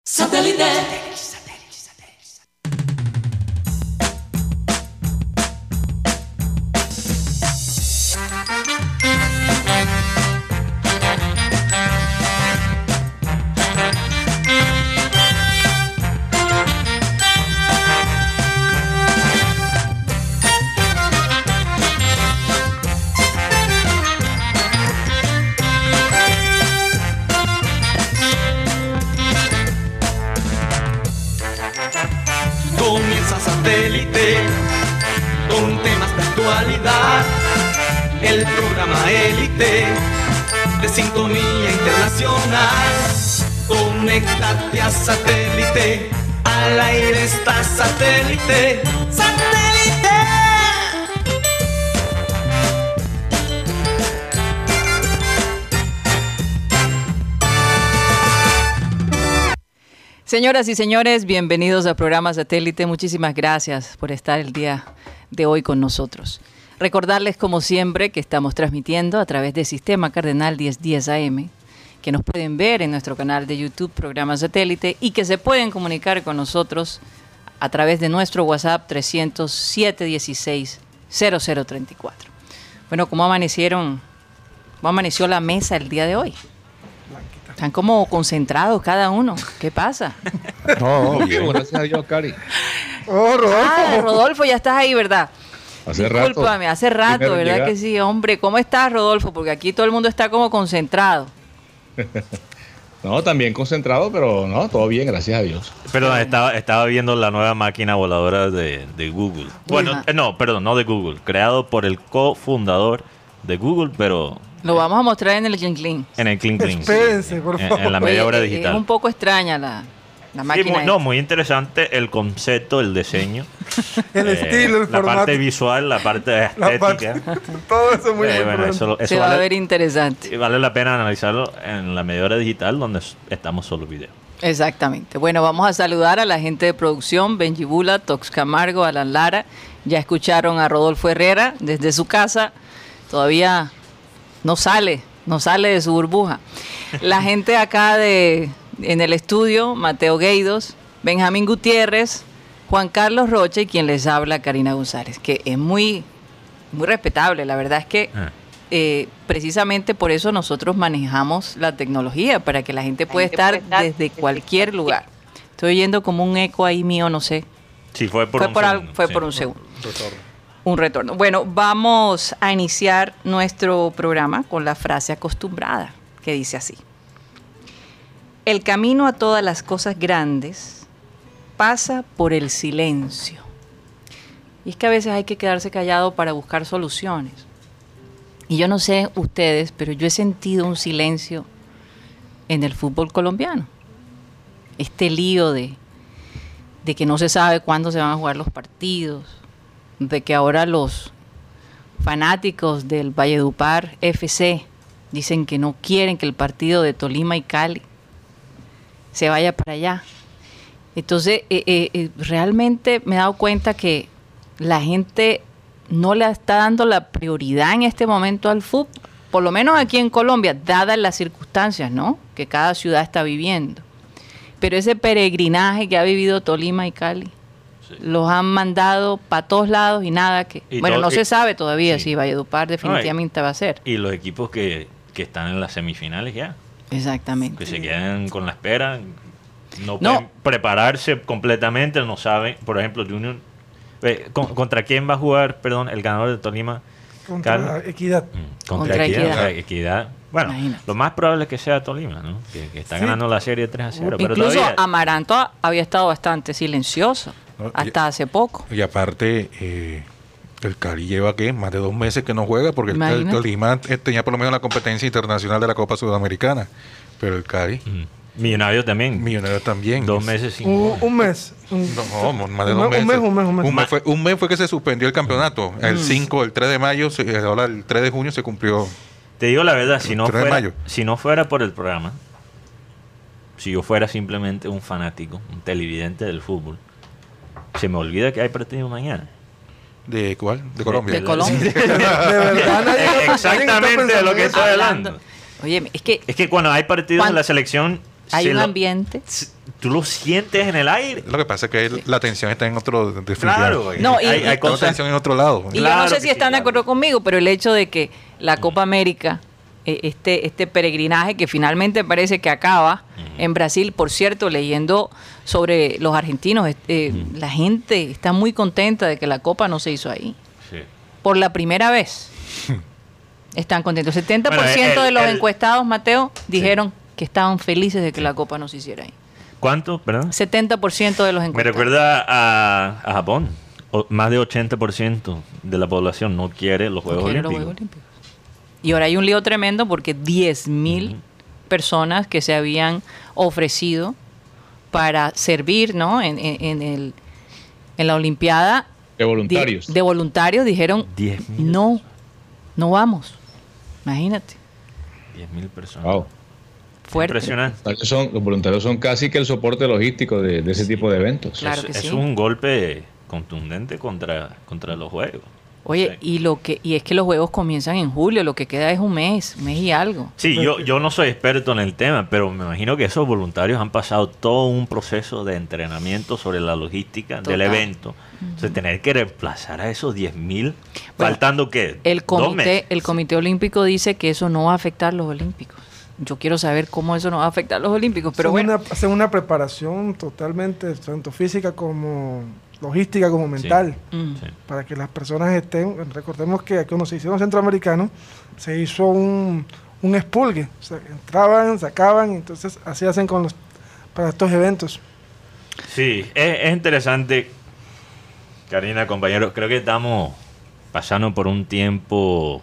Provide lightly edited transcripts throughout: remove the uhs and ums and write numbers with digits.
Satellite. Con temas de actualidad, el programa élite de sintonía internacional. Conéctate a Satélite, al aire está Satélite. ¡Satélite! Señoras y señores, bienvenidos al programa Satélite. Muchísimas gracias por estar el día de hoy con nosotros. Recordarles, como siempre, que estamos transmitiendo a través del Sistema Cardenal 1010 AM, que nos pueden ver en nuestro canal de YouTube, Programa Satélite, y que se pueden comunicar con nosotros a través de nuestro WhatsApp 300-716-0034. Bueno, ¿cómo amaneció la mesa el día de hoy? Están como concentrados cada uno. ¿Qué pasa? No, bien, gracias a Dios, Cari. Oh, Rodolfo. Rodolfo, ya estás ahí, ¿verdad? Discúlpame, hace rato, ¿verdad llegar. Que sí? Hombre, ¿cómo estás, Rodolfo? Porque aquí todo el mundo está como concentrado. No, también concentrado, pero no, todo bien, gracias a Dios. Perdón, estaba viendo la nueva máquina voladora de Google. Bueno, no de Google, creado por el cofundador de Google, pero... Lo vamos a mostrar en el Clean Clean. En el Clean Clean. Espérense, sí, por favor. En la media hora digital. Es un poco extraña la máquina. Sí, muy interesante el concepto, el diseño. El estilo, el formato. La parte visual, la parte estética. Todo eso muy bueno, eso se va a ver interesante. Vale la pena analizarlo en la media hora digital, donde estamos solo video. Exactamente. Bueno, vamos a saludar a la gente de producción, Benji Bula, Tox Camargo, Alan Lara. Ya escucharon a Rodolfo Herrera desde su casa. Todavía no sale de su burbuja. La gente acá en el estudio, Mateo Gueidos, Benjamín Gutiérrez, Juan Carlos Rocha y quien les habla, Karina González, que es muy, muy respetable. La verdad es que precisamente por eso nosotros manejamos la tecnología, para que la gente pueda estar desde cualquier lugar. Estoy oyendo como un eco ahí mío, no sé. Sí, fue por un segundo. Un retorno. Bueno, vamos a iniciar nuestro programa con la frase acostumbrada, que dice así: el camino a todas las cosas grandes pasa por el silencio. Y es que a veces hay que quedarse callado para buscar soluciones. Y yo no sé ustedes, pero yo he sentido un silencio en el fútbol colombiano. Este lío de que no se sabe cuándo se van a jugar los partidos, de que ahora los fanáticos del Valledupar FC dicen que no quieren que el partido de Tolima y Cali se vaya para allá. Entonces, realmente me he dado cuenta que la gente no le está dando la prioridad en este momento al fútbol, por lo menos aquí en Colombia, dadas las circunstancias, ¿no?, que cada ciudad está viviendo. Pero ese peregrinaje que ha vivido Tolima y Cali, los han mandado para todos lados y nada que... no se sabe todavía si Valledupar definitivamente va a ser. Y los equipos que están en las semifinales ya. Exactamente. Que se quedan con la espera, no pueden prepararse completamente, no saben. Por ejemplo, Junior... ¿Contra quién va a jugar, el ganador de Tolima? Contra Equidad. Contra Equidad. Bueno, imagínate. Lo más probable es que sea Tolima, ¿no? Que está ganando la serie 3-0. Incluso pero todavía... Amaranto había estado bastante silencioso. Hasta hace poco. Y aparte, el Cali lleva más de 2 meses que no juega, porque el Tolima tenía por lo menos la competencia internacional de la Copa Sudamericana. Pero el Cali... Millonarios también. 2 meses sin un mes. No, más de 2 meses. Un mes fue que se suspendió el campeonato. El 3 de mayo, ahora el 3 de junio se cumplió. Te digo la verdad, si no fuera por el programa, si yo fuera simplemente un fanático, un televidente del fútbol, se me olvida que hay partido mañana. ¿De cuál? De Colombia. De Colombia. De verdad, exactamente de lo que estoy hablando. Oye, es que cuando hay partidos en la selección, Hay un ambiente. Tú lo sientes en el aire. Lo que pasa es que la tensión está en otro Claro, no, hay cosas. tensión en otro lado. Y yo no sé si están de acuerdo conmigo, pero el hecho de que la Copa América, este peregrinaje que finalmente parece que acaba en Brasil, por cierto, leyendo sobre los argentinos, la gente está muy contenta de que la Copa no se hizo ahí. Sí. Por la primera vez. Están contentos. 70% de los encuestados, Mateo, dijeron que estaban felices de que la Copa no se hiciera ahí. ¿Cuánto? Perdón. 70% de los encuestados. Me recuerda a Japón. Más de 80% de la población no quiere los Juegos Olímpicos. Y ahora hay un lío tremendo porque 10.000 personas que se habían ofrecido para servir, ¿no? en la Olimpiada. De voluntarios. De voluntarios dijeron, 10.000 no vamos. Imagínate. 10.000 personas. Wow. Fuerte. Impresionante. Los voluntarios son casi que el soporte logístico de ese tipo de eventos. Claro que sí. Es un golpe contundente contra los Juegos. Oye, Sí. y es que los juegos comienzan en julio, lo que queda es un mes y algo. Sí, yo no soy experto en el tema, pero me imagino que esos voluntarios han pasado todo un proceso de entrenamiento sobre la logística del evento. Entonces, tener que reemplazar a esos 10.000, faltando ¿qué? El 2 meses. Comité Olímpico dice que eso no va a afectar los Olímpicos. Yo quiero saber cómo eso no va a afectar los Olímpicos, pero hacen una preparación totalmente, tanto física como logística como mental, Sí. para que las personas estén. Recordemos que cuando se hicieron centroamericanos se hizo un expulgue, o sea, entraban, sacaban, entonces así hacen para estos eventos. Sí, es interesante, Karina, compañeros. Creo que estamos pasando por un tiempo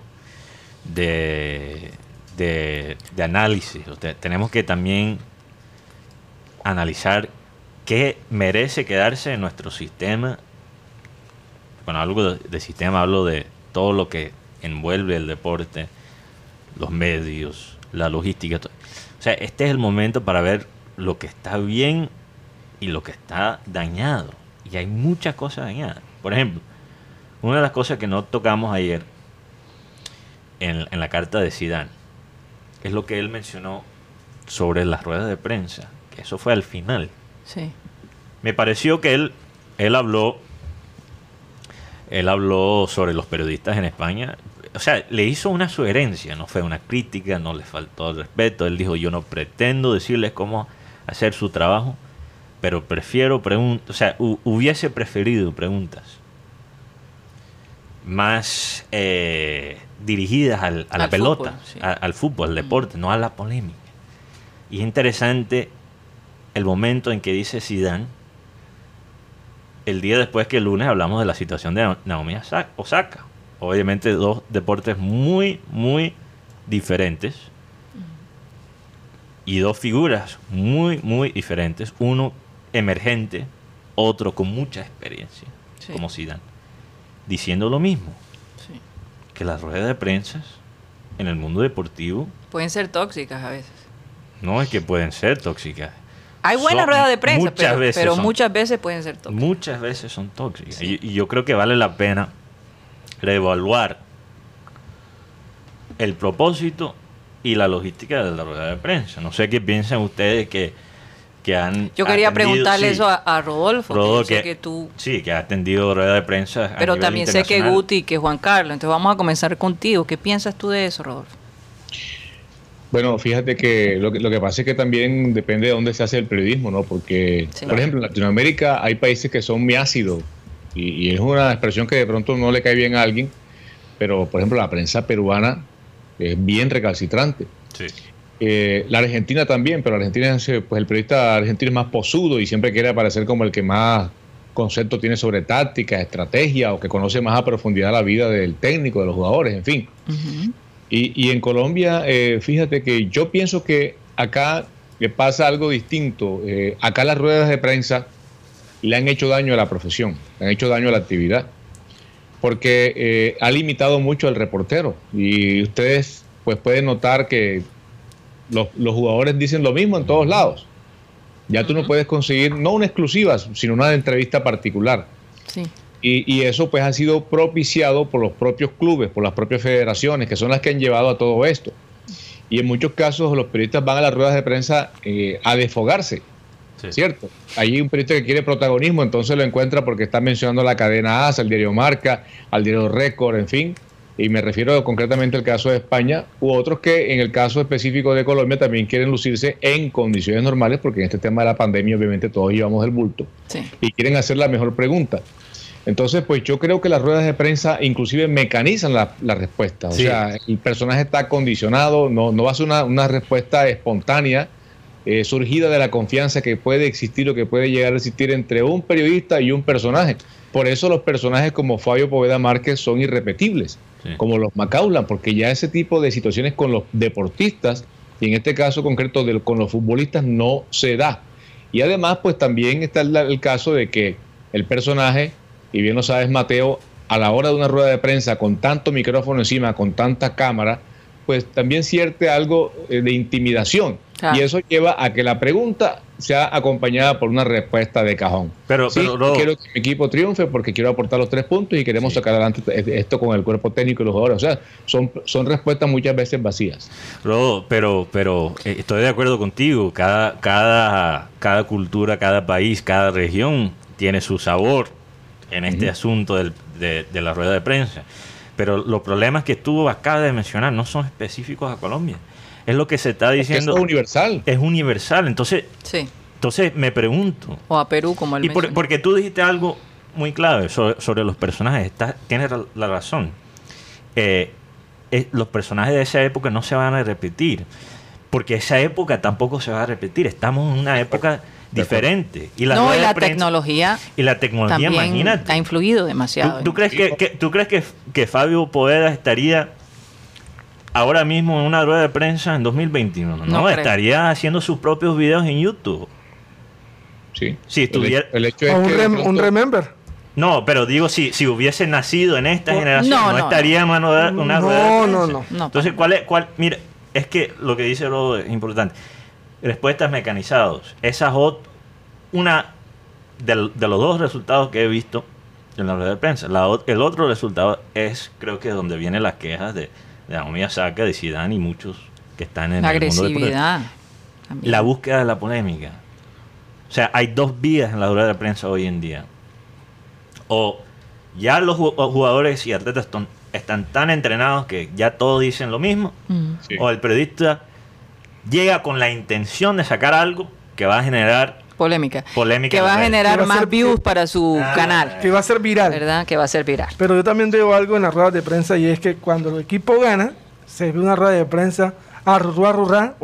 de análisis. O sea, tenemos que también analizar qué merece quedarse en nuestro sistema. Cuando hablo de sistema, hablo de todo lo que envuelve el deporte, los medios, la logística. O sea, este es el momento para ver lo que está bien y lo que está dañado. Y hay muchas cosas dañadas. Por ejemplo, una de las cosas que no tocamos ayer en la carta de Zidane es lo que él mencionó sobre las ruedas de prensa, que eso fue al final. sí. Me pareció que él habló sobre los periodistas en España. O sea, le hizo una sugerencia, no fue una crítica, no le faltó el respeto. Él dijo, yo no pretendo decirles cómo hacer su trabajo, pero prefiero preguntas, o sea, hubiese preferido preguntas más dirigidas a la pelota, fútbol, sí. al fútbol, al deporte, no a la polémica. Y es interesante el momento en que dice Zidane, el día después que el lunes hablamos de la situación de Naomi Osaka. Obviamente dos deportes muy, muy diferentes y dos figuras muy, muy diferentes. Uno emergente, otro con mucha experiencia, Sí. como Zidane, diciendo lo mismo, Sí. que las ruedas de prensa en el mundo deportivo Pueden ser tóxicas a veces. no es que pueden ser tóxicas. Hay buenas Son- ruedas de prensa, muchas veces pero son- muchas veces pueden ser tóxicas. Muchas veces son tóxicas. Sí. Y yo creo que vale la pena reevaluar el propósito y la logística de la rueda de prensa. No sé qué piensan ustedes que han Yo quería atendido, preguntarle sí, eso a Rodolfo, que yo sé que tú... Sí, que ha atendido rueda de prensa a Pero nivel también sé que internacional. Guti y que Juan Carlos. Entonces vamos a comenzar contigo. ¿Qué piensas tú de eso, Rodolfo? Bueno, fíjate que lo que pasa es que también depende de dónde se hace el periodismo, ¿no? Porque, Sí. por ejemplo, en Latinoamérica hay países que son muy ácidos y es una expresión que de pronto no le cae bien a alguien, pero, por ejemplo, la prensa peruana es bien recalcitrante. Sí. La Argentina también, pero la Argentina, pues el periodista argentino es más posudo y siempre quiere aparecer como el que más concepto tiene sobre táctica, estrategia o que conoce más a profundidad la vida del técnico, de los jugadores, en fin. Ujú. Y en Colombia, fíjate que yo pienso que acá le pasa algo distinto. Acá las ruedas de prensa le han hecho daño a la profesión, le han hecho daño a la actividad, porque ha limitado mucho al reportero. Y ustedes pues pueden notar que los jugadores dicen lo mismo en todos lados. Ya tú no puedes conseguir, no una exclusiva, sino una entrevista particular. Sí. Y eso pues ha sido propiciado por los propios clubes, por las propias federaciones, que son las que han llevado a todo esto. y en muchos casos los periodistas van a las ruedas de prensa a desfogarse, ¿cierto? Hay un periodista que quiere protagonismo, entonces lo encuentra porque está mencionando la cadena AS, al diario Marca, al diario Récord, en fin, y me refiero concretamente al caso de España, u otros que en el caso específico de Colombia también quieren lucirse en condiciones normales, porque en este tema de la pandemia obviamente todos llevamos el bulto, y quieren hacer la mejor pregunta. Entonces, pues yo creo que las ruedas de prensa inclusive mecanizan la respuesta. O sea, el personaje está condicionado, no va a ser una respuesta espontánea, surgida de la confianza que puede existir o que puede llegar a existir entre un periodista y un personaje. Por eso los personajes como Fabio Poveda Márquez son irrepetibles, como los McCauley, porque ya ese tipo de situaciones con los deportistas, y en este caso concreto con los futbolistas, no se da. Y además, pues también está el caso de que el personaje, y bien lo sabes, Mateo, a la hora de una rueda de prensa con tanto micrófono encima, con tanta cámara, pues también siente algo de intimidación. Y eso lleva a que la pregunta sea acompañada por una respuesta de cajón. Pero quiero que mi equipo triunfe porque quiero aportar los 3 puntos y queremos sacar adelante esto con el cuerpo técnico y los jugadores. O sea, son respuestas muchas veces vacías. Rodo, pero estoy de acuerdo contigo. Cada cultura, cada país, cada región tiene su sabor en este asunto de la rueda de prensa. Pero los problemas que tú acabas de mencionar no son específicos a Colombia. Es lo que se está diciendo. Es universal. Es universal. Entonces me pregunto. O a Perú, como él mencionó. Porque tú dijiste algo muy clave sobre los personajes. Tienes la razón. Los personajes de esa época no se van a repetir. Porque esa época tampoco se va a repetir. Estamos en una época diferente. Y la tecnología. Y la tecnología, imagínate. Ha influido demasiado. ¿Tú crees que Fabio Poveda estaría ahora mismo en una rueda de prensa en 2021? No, estaría haciendo sus propios videos en YouTube. Sí. Si estuviera... El hecho es que un remember. No, pero digo, si hubiese nacido en esta generación, no estaría en una rueda de prensa. No. Entonces, mira, es que lo que dice Rodo es importante. Respuestas mecanizados. Esa es una de los 2 resultados que he visto en la rueda de prensa. El otro resultado es, creo que donde vienen las quejas de Miyazaki, de Zidane y muchos que están en el mundo del agresividad. La búsqueda de la polémica. O sea, hay 2 vías en la rueda de prensa hoy en día. O ya los jugadores y atletas están tan entrenados que ya todos dicen lo mismo, o el periodista llega con la intención de sacar algo que va a generar polémica que va a generar más views para su canal, que va a ser viral, ¿verdad? Que va a ser viral. Pero yo también veo algo en las ruedas de prensa, y es que cuando el equipo gana se ve una rueda de prensa arrurrá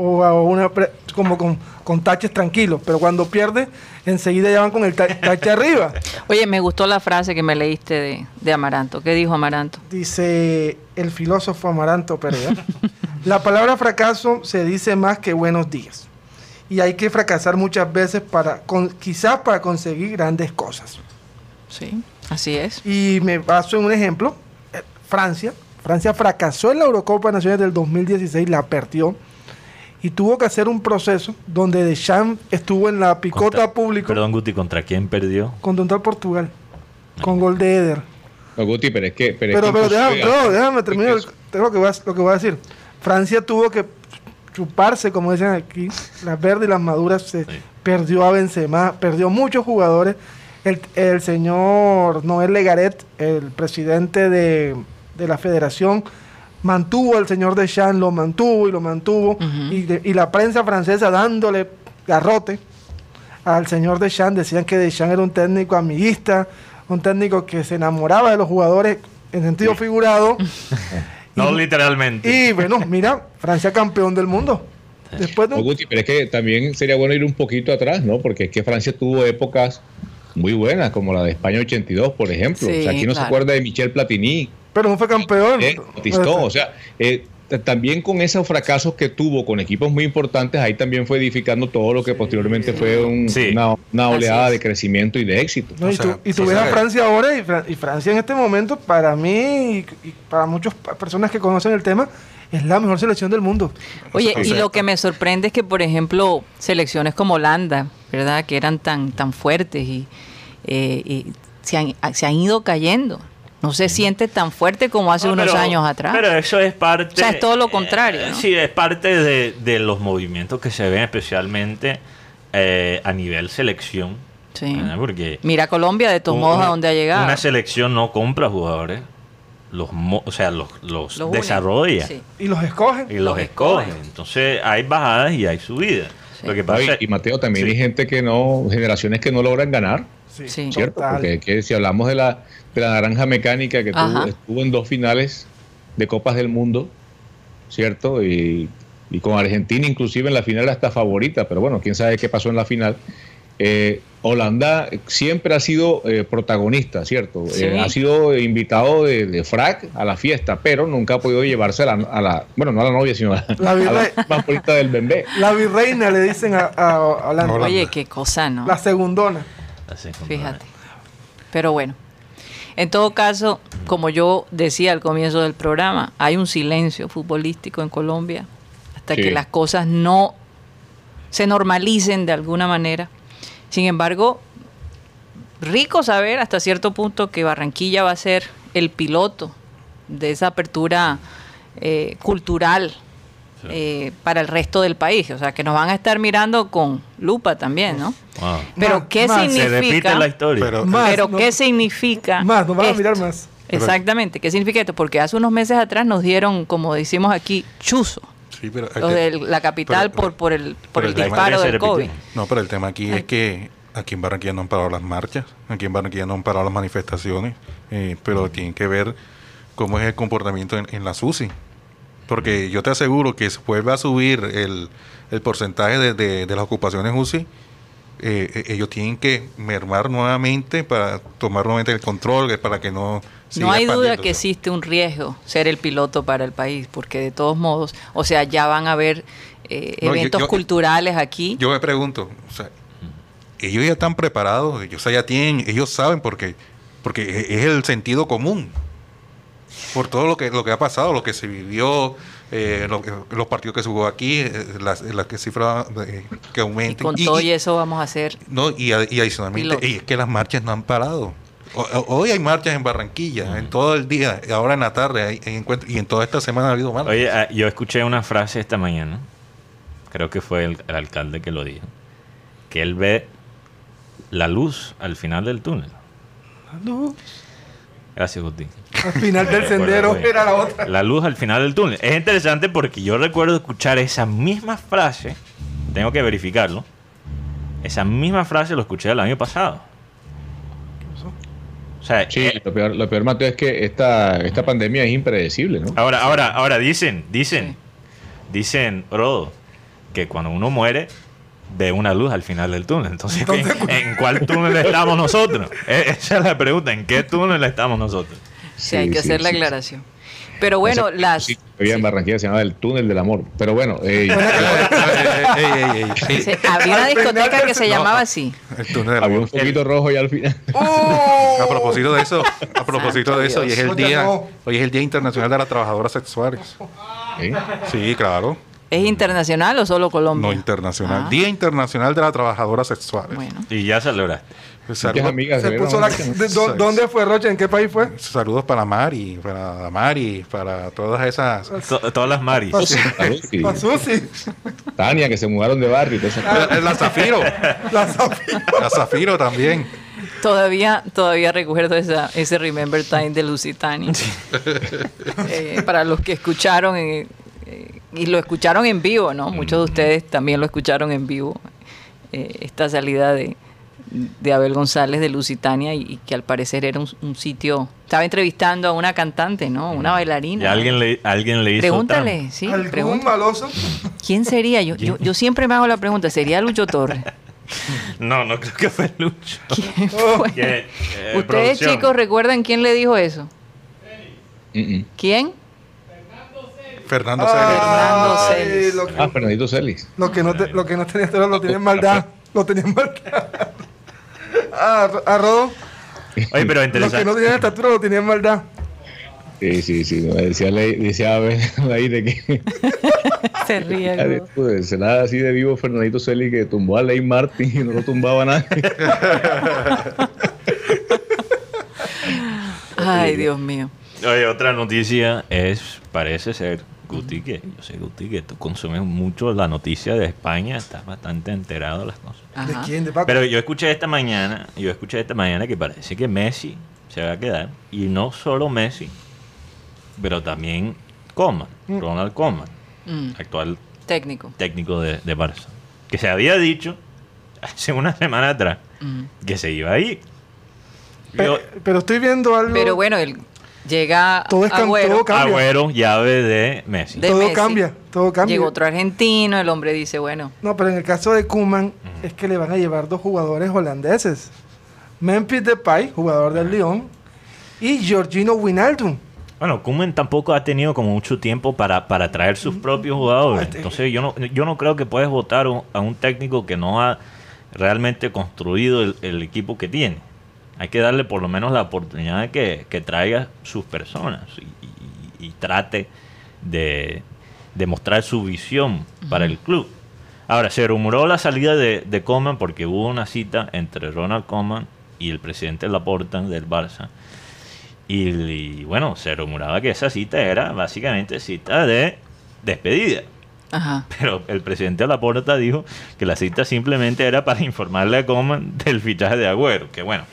como con taches tranquilos, pero cuando pierde enseguida ya van con el tache arriba. Oye, me gustó la frase que me leíste de Amaranto. ¿Qué dijo Amaranto? Dice el filósofo Amaranto Perea: la palabra fracaso se dice más que buenos días, y hay que fracasar muchas veces quizás para conseguir grandes cosas. Sí, así es. Y me baso en un ejemplo. Francia fracasó en la Eurocopa Naciones del 2016, la perdió, y tuvo que hacer un proceso donde Deschamps estuvo en la picota pública. Perdón, Guti, ¿contra quién perdió? Contra Portugal, con gol de Eder. No, Guti, pero es que... Pero déjame terminar lo que voy a decir. Francia tuvo que chuparse, como dicen aquí, las verdes y las maduras. Perdió a Benzema, perdió muchos jugadores. El señor Noël Le Garret, el presidente de la federación, mantuvo al señor Deschamps, lo mantuvo, y la prensa francesa dándole garrote al señor Deschamps. Decían que Deschamps era un técnico amiguista, un técnico que se enamoraba de los jugadores en sentido figurado. No literalmente. Y bueno, mira, Francia campeón del mundo. Después de Guti, pero es que también sería bueno ir un poquito atrás, ¿no? Porque es que Francia tuvo épocas muy buenas, como la de España 82, por ejemplo. Sí, o sea, aquí no se acuerda de Michel Platini. Pero no fue campeón. Batistón, o sea, también con esos fracasos que tuvo con equipos muy importantes, ahí también fue edificando todo lo que posteriormente fue una oleada de crecimiento y de éxito. No, y tú ves a Francia ahora, y Francia en este momento, para mí y para muchas personas que conocen el tema, es la mejor selección del mundo. Oye, y lo que me sorprende es que, por ejemplo, selecciones como Holanda, ¿verdad?, que eran tan fuertes y se han ido cayendo. No se siente tan fuerte como hace unos años atrás. Pero eso es parte... O sea, es todo lo contrario, ¿no? Sí, es parte de los movimientos que se ven especialmente a nivel selección. Sí. Porque mira Colombia, de todos modos, a dónde ha llegado. Una selección no compra jugadores, los desarrolla. Sí. Y los escogen. Y los escogen. Entonces hay bajadas y hay subidas. Sí. Lo que pasa y Mateo, también hay gente generaciones que no logran ganar. Sí. ¿Cierto? Porque si hablamos de la naranja mecánica que estuvo en 2 finales de Copas del Mundo, ¿cierto? Y con Argentina inclusive en la final hasta favorita, pero bueno, quién sabe qué pasó en la final. Holanda siempre ha sido protagonista, ¿cierto? Sí. Ha sido invitado de frac a la fiesta, pero nunca ha podido llevarse bueno, no a la novia, sino a la más bonita del bembé. La virreina le dicen a Holanda. Oye, qué cosa, ¿no? La segundona. Fíjate. Pero bueno, en todo caso, como yo decía al comienzo del programa, hay un silencio futbolístico en Colombia hasta que las cosas no se normalicen de alguna manera. Sin embargo, rico saber hasta cierto punto que Barranquilla va a ser el piloto de esa apertura cultural para el resto del país. O sea, que nos van a estar mirando con lupa también, ¿no? Wow. Pero ¿qué significa? Se repite la historia. Pero ¿qué significa? Más, nos van a mirar más. Exactamente. ¿Qué significa esto? Porque hace unos meses atrás nos dieron, como decimos aquí, chuzo. Sí, pero los de la capital por el disparo del COVID. No, pero el tema aquí es que aquí en Barranquilla no han parado las marchas, aquí en Barranquilla no han parado las manifestaciones, pero tienen que ver cómo es el comportamiento en la SUSI. Porque yo te aseguro que vuelve a subir el porcentaje de las ocupaciones UCI, ellos tienen que mermar nuevamente para tomar nuevamente el control, para que no... No hay duda que existe un riesgo ser el piloto para el país, porque de todos modos, o sea, ya van a haber eventos culturales aquí. Yo me pregunto, o sea, ellos ya están preparados, ellos saben porque es el sentido común. Por todo lo que ha pasado, lo que se vivió, los partidos que se jugó aquí, las cifras que aumentan. Y con todo eso vamos a hacer. No, y adicionalmente, es que las marchas no han parado. Hoy hay marchas en Barranquilla, en todo el día, ahora en la tarde hay encuentros, y en toda esta semana ha habido marchas. Oye, yo escuché una frase esta mañana, creo que fue el alcalde que lo dijo, que él ve la luz al final del túnel. La luz. Gracias, Guti. Al final del sendero era la otra. La luz al final del túnel. Es interesante porque yo recuerdo escuchar esa misma frase, tengo que verificarlo, esa misma frase lo escuché el año pasado. O sea, sí, lo peor, Mateo, es que esta pandemia es impredecible, ¿no? Ahora dicen, Rodo, que cuando uno muere ve una luz al final del túnel. Entonces, ¿en cuál túnel estamos nosotros? Esa es la pregunta, ¿en qué túnel estamos nosotros? Sí, hay que hacer la aclaración. Pero bueno, en Barranquilla se llamaba el túnel del amor. Pero bueno, había una discoteca que se llamaba así. El túnel del amor. Había un poquito rojo ya al final. A propósito de eso, hoy es el Día Internacional de las Trabajadoras Sexuales. Sí, claro. ¿Es internacional o solo Colombia? No, internacional. Día Internacional de las Trabajadoras Sexuales. Bueno. Y ya celebraste. ¿Dónde fue, Rocha? ¿En qué país fue? Saludos para Mari, para Damari, para todas esas... Todas las Maris. Para Susi. Tania, que se mudaron de barrio. La Zafiro. La Zafiro también. Todavía recuerdo ese Remember Time de Lusitania. Para los que escucharon y lo escucharon en vivo, ¿no? Muchos de ustedes también lo escucharon en vivo. Esta salida de Abel González de Lusitania y que al parecer era un sitio... Estaba entrevistando a una cantante, ¿no? Una bailarina. ¿Y alguien le hizo? Pregúntale, sí. ¿Algún maloso? ¿Quién sería? Yo siempre me hago la pregunta, ¿sería Lucho Torres? No creo que fue Lucho. ¿Quién fue? ¿Ustedes, chicos, recuerdan quién le dijo eso? ¿Quién? Fernando Celis. Fernandito Celis. Lo que no tenía historia lo tenía en maldad. Lo tenía en maldad. Rodo. Oye, pero interesante. Lo que no tenía estatura lo tenía en maldad. Sí. Decía ahí de que... Se ríe. Se nada así de vivo Fernandito Celis que tumbó a Ley Martin y no lo tumbaba nadie. Ay, Dios mío. Oye, otra noticia parece ser, Guti, que yo sé, Guti, que tú consumes mucho la noticia de España, estás bastante enterado de las cosas. ¿De Ajá. quién? ¿De Paco? Pero yo escuché esta mañana que parece que Messi se va a quedar, y no solo Messi, pero también Koeman, Ronald Koeman, actual Técnico. técnico de Barça, que se había dicho hace una semana atrás que se iba a ir. Pero estoy viendo algo. Pero bueno, él llega Todo es Agüero. todo cambia. Agüero, llave de Messi. De todo Messi. cambia, todo cambia. Llegó otro argentino, el hombre dice, bueno, No, pero en el caso de Koeman es que le van a llevar 2 jugadores holandeses. Memphis Depay, jugador del Lyon, y Georgino Wijnaldum. Bueno, Koeman tampoco ha tenido como mucho tiempo para traer sus propios jugadores. Entonces yo no creo que puedes votar a un técnico que no ha realmente construido el equipo que tiene. Hay que darle por lo menos la oportunidad de que traiga sus personas y trate de mostrar su visión para el club. Ahora, se rumoró la salida de Koeman porque hubo una cita entre Ronald Koeman y el presidente Laporta del Barça. Y bueno, se rumoraba que esa cita era básicamente cita de despedida. ajá. Pero el presidente Laporta dijo que la cita simplemente era para informarle a Koeman del fichaje de Agüero. Que bueno,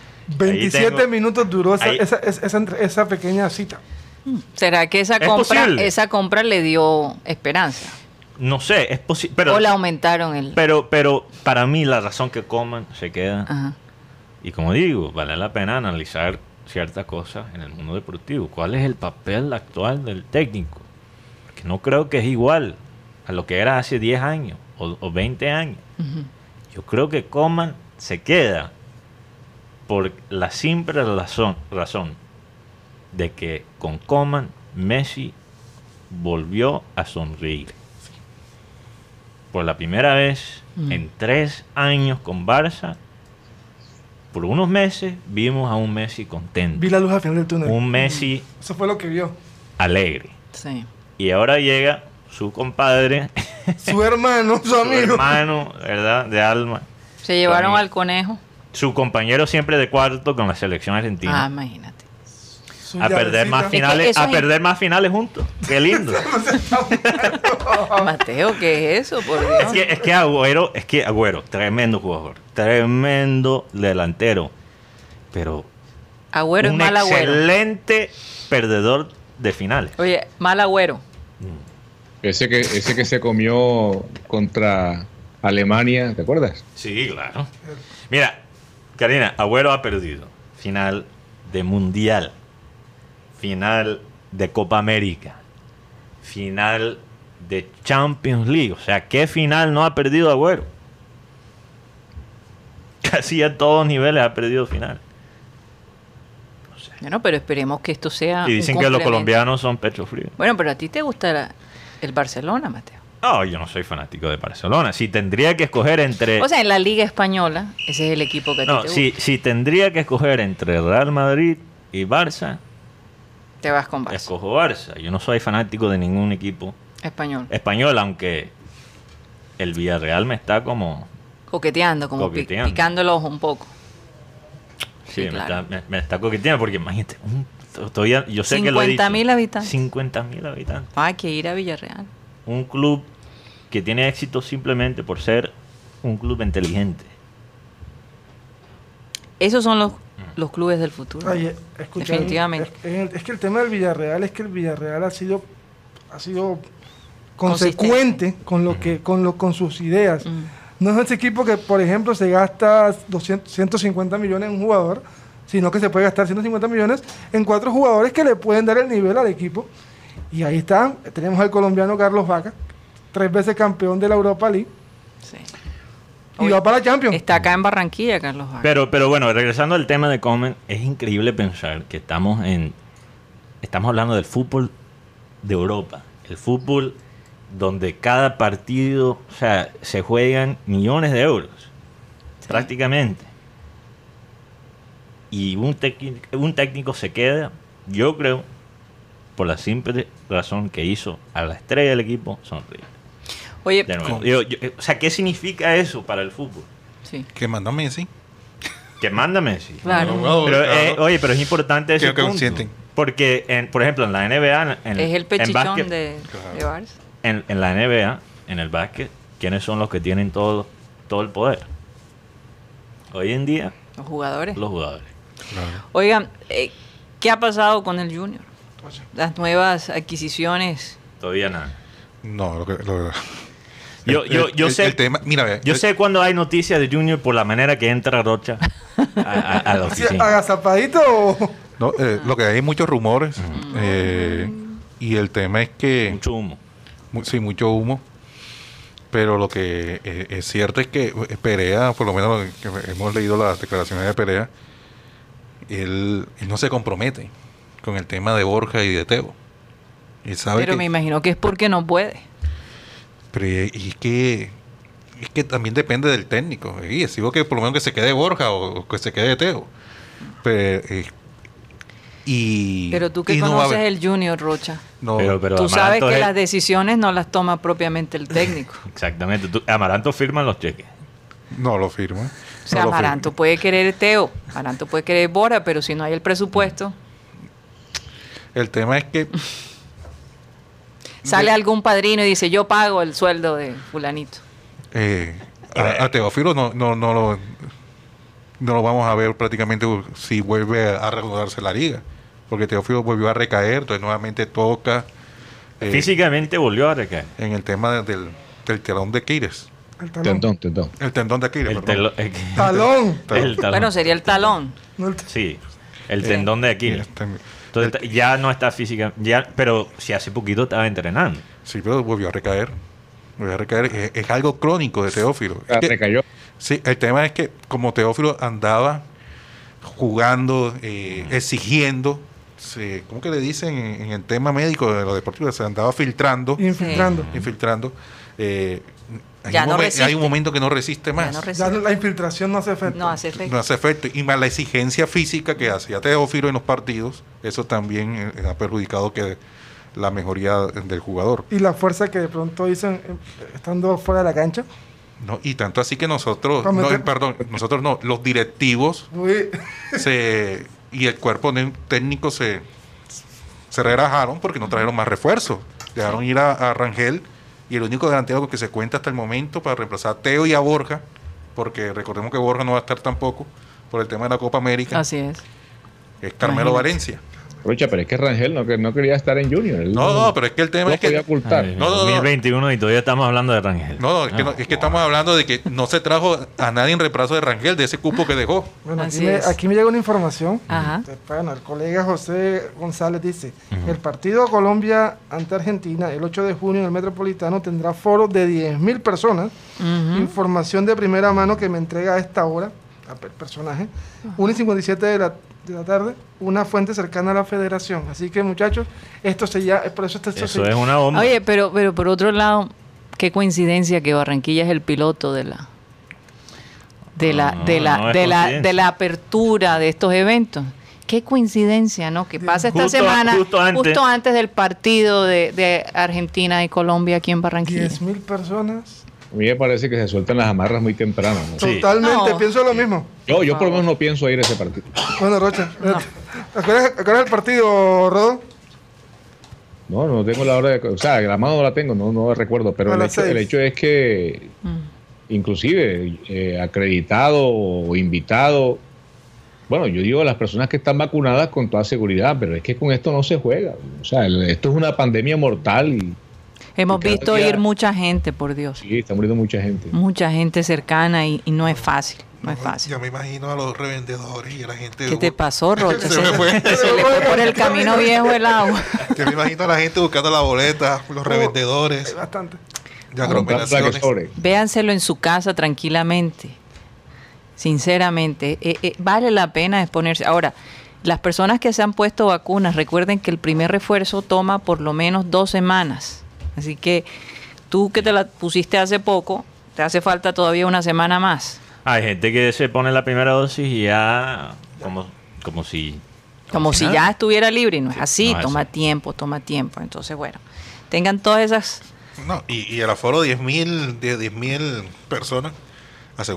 27 minutos duró ahí- esa pequeña cita. ¿Será que Es posible. esa compra le dio esperanza? no sé, es posible. Pero, ¿O le aumentaron el...? pero para mí la razón que Koeman se queda, Ajá. y como digo, vale la pena analizar ciertas cosas en el mundo deportivo. ¿Cuál es el papel actual del técnico? Que no creo que es igual a lo que era hace 10 años o 20 años. Ujú. Yo creo que Koeman se queda por la simple razón de que con Koeman Messi volvió a sonreír. Por la primera vez en 3 años con Barça, por unos meses vimos a un Messi contento, Vi la luz al final del túnel. un Messi Eso fue lo que vio. alegre. Sí. Y ahora llega su compadre, Su hermano, su su amigo. hermano, ¿verdad? De alma. Se llevaron Amigo. al conejo. Su compañero siempre de cuarto con la selección argentina. Ah, imagínate. Su A perder llavecita. más que finales, eso a es- perder más finales juntos. Qué lindo. Mateo, ¿qué es eso? Por Dios. es que Agüero, tremendo jugador, tremendo delantero, pero Agüero es un mal agüero. excelente perdedor de finales. Oye, mal agüero. Ese que se comió contra Alemania, ¿te acuerdas? Sí, claro. Mira, Karina, Agüero ha perdido final de Mundial, final de Copa América, final de Champions League. O sea, ¿qué final no ha perdido Agüero? Casi a todos niveles ha perdido final. Bueno, pero esperemos que esto sea. Y un dicen que los complemento. colombianos son pecho frío. Bueno, pero a ti te gusta el Barcelona, Mateo. No, yo no soy fanático de Barcelona. Si tendría que escoger entre... O sea, en la Liga Española, ese es el equipo que a ti no, te gusta. si tendría que escoger entre Real Madrid y Barça, Te vas con Barça. escojo Barça. Yo no soy fanático de ningún equipo Español. español, aunque el Villarreal me está como... Coqueteando, como Coqueteando. picando el ojo un poco. Sí, Sí, claro. me está coqueteando porque imagínate, todavía, yo sé que lo he dicho. 50.000 habitantes. 50.000 habitantes. Hay que ir a Villarreal. Un club que tiene éxito simplemente por ser un club inteligente. Esos son los clubes del futuro. Oye, escucha, Definitivamente. Es que el tema del Villarreal es que el Villarreal ha sido Consistente. consecuente con sus ideas. Mm. No es ese equipo que, por ejemplo, se gasta 150 millones en un jugador, sino que se puede gastar 150 millones en 4 jugadores que le pueden dar el nivel al equipo. Y ahí está, tenemos al colombiano Carlos Vaca, 3 veces campeón de la Europa League, Sí. y Oye, va para la Champions. Está acá en Barranquilla, Carlos Vaca. Pero bueno, regresando al tema de Koeman, es increíble pensar que estamos hablando del fútbol de Europa, el fútbol donde cada partido, o sea, se juegan millones de euros, prácticamente. Y un técnico se queda, yo creo, por la simple razón que hizo a la estrella del equipo sonreír. Oye, De nuevo. O sea, ¿qué significa eso para el fútbol? sí. Que mandó Messi. que manda Messi. Claro. Pero, oye, pero es importante ese Quiero que lo punto. sienten. Porque, por ejemplo, en la NBA... Es el pechichón básquet, de Barça. en la NBA, en el básquet, ¿quiénes son los que tienen todo el poder? Hoy en día, Los jugadores. los jugadores. Oigan, ¿qué ha pasado con el Junior? Las nuevas adquisiciones. Todavía nada. No, Yo sé, el tema, mira, ve, yo sé cuando hay noticias de Junior por la manera que entra Rocha a la ¿Sí, oficina. agazapadito o...? no, lo que hay muchos rumores y el tema es que Mucho humo. sí, mucho humo, pero lo que es cierto es que Perea, por lo menos lo que hemos leído las declaraciones de Perea, él no se compromete con el tema de Borja y de Teo. Él sabe Pero que, me imagino que es porque no puede. pero y es que también depende del técnico. Y es digo que por lo menos que se quede Borja o que se quede Teo. Pero tú que y no va a conoces haber- el Junior, Rocha. no, Pero Tú sabes Amaranto que es- las decisiones no las toma propiamente el técnico. Exactamente. Amaranto firma los cheques. no lo firma. O sea, No lo Amaranto firma. puede querer Teo, Amaranto puede querer Bora, pero si no hay el presupuesto, El tema es que sale algún padrino y dice, yo pago el sueldo de fulanito. a Teófilo no lo vamos a ver prácticamente si vuelve a reanudarse la liga, porque Teófilo volvió a recaer, entonces nuevamente toca Físicamente volvió a recaer. en el tema del talón de Aquiles, El talón. Tendón. el tendón de Aquiles, El, perdón. Talón. el talón. Bueno, sería el talón. No el Sí, el tendón de Aquiles. Este, Entonces ya no está física, pero si hace poquito estaba entrenando. sí, pero volvió a recaer. Es algo crónico de Teófilo. Es que- Recayó. sí, el tema es que como Teófilo andaba jugando, exigiendo, ¿cómo que le dicen en el tema médico de los deportivos? Se andaba filtrando, infiltrando. infiltrando. Ya no resiste. Hay un momento que no resiste Ya más. no Ya resiste. la infiltración no hace efecto. No hace efecto. No hace efecto. Y más la exigencia física que hacía Teófilo en los partidos, eso también ha perjudicado que la mejoría del jugador. Y la fuerza que de pronto dicen estando fuera de la cancha. ¿No? Y tanto así que nosotros, Para meter- nosotros no, los directivos Uy, y el cuerpo técnico se relajaron porque no trajeron más refuerzos. Dejaron ir a Rangel y el único delantero que se cuenta hasta el momento para reemplazar a Teo y a Borja, porque recordemos que Borja no va a estar tampoco por el tema de la Copa América, Así es. es Carmelo Imagínate. Valencia. Rocha, pero es que Rangel no quería estar en Junior. Él No, pero es que el tema no es que... podía ocultar. Ay, No, no, no. 2021 y todavía estamos hablando de Rangel. No, es que estamos hablando de que no se trajo a nadie en reemplazo de Rangel, de ese cupo que dejó. bueno, Así es. aquí me llega una información. Ajá. Bueno, el colega José González dice, el partido Colombia ante Argentina el 8 de junio en el Metropolitano tendrá foro de 10.000 personas. Ujú. Información de primera mano que me entrega a esta hora, el personaje, 1:57 de la tarde, una fuente cercana a la federación. Así que muchachos, esto se ya, por eso esto Eso se, es una bomba. Oye, pero por otro lado, qué coincidencia que Barranquilla es el piloto de la No es coincidencia. de la apertura de estos eventos. Qué coincidencia, ¿no? Que pasa esta Justo- semana, justo antes. del partido de Argentina y Colombia aquí en Barranquilla. 10.000 personas. A mí me parece que se sueltan las amarras muy temprano. ¿no? Sí. Totalmente, No. pienso lo mismo. Yo por lo menos no pienso ir a ese partido. Bueno, Rocha, ¿acuerdas el partido, Rodo? No tengo la hora de... O sea, la mano no la tengo, no recuerdo. Pero A el las hecho, 6. el hecho es que, inclusive, acreditado o invitado... Bueno, yo digo las personas que están vacunadas con toda seguridad, pero es que con esto no se juega. O sea, esto es una pandemia mortal y Hemos y cada visto día- ir mucha gente, por Dios. sí, está muriendo mucha gente. Mucha gente cercana y no es fácil. No es fácil. Ya me imagino a los revendedores y a la gente... ¿Qué te pasó, Rocha? Se me fue. Se le fue por el camino viejo el agua. Ya me imagino a la gente buscando la boleta, los revendedores Hay bastante. de Comprar aglomeraciones. sobre. Véanselo en su casa tranquilamente. Sinceramente, vale la pena exponerse. Ahora, las personas que se han puesto vacunas, recuerden que el primer refuerzo toma por lo menos 2 semanas. Así que tú que te la pusiste hace poco, te hace falta todavía una semana más. Hay gente que se pone la primera dosis y ya como si Como si ya estuviera libre y no es así, no es toma así. tiempo. Entonces, bueno, tengan todas esas... No, y el aforo 10.000 personas,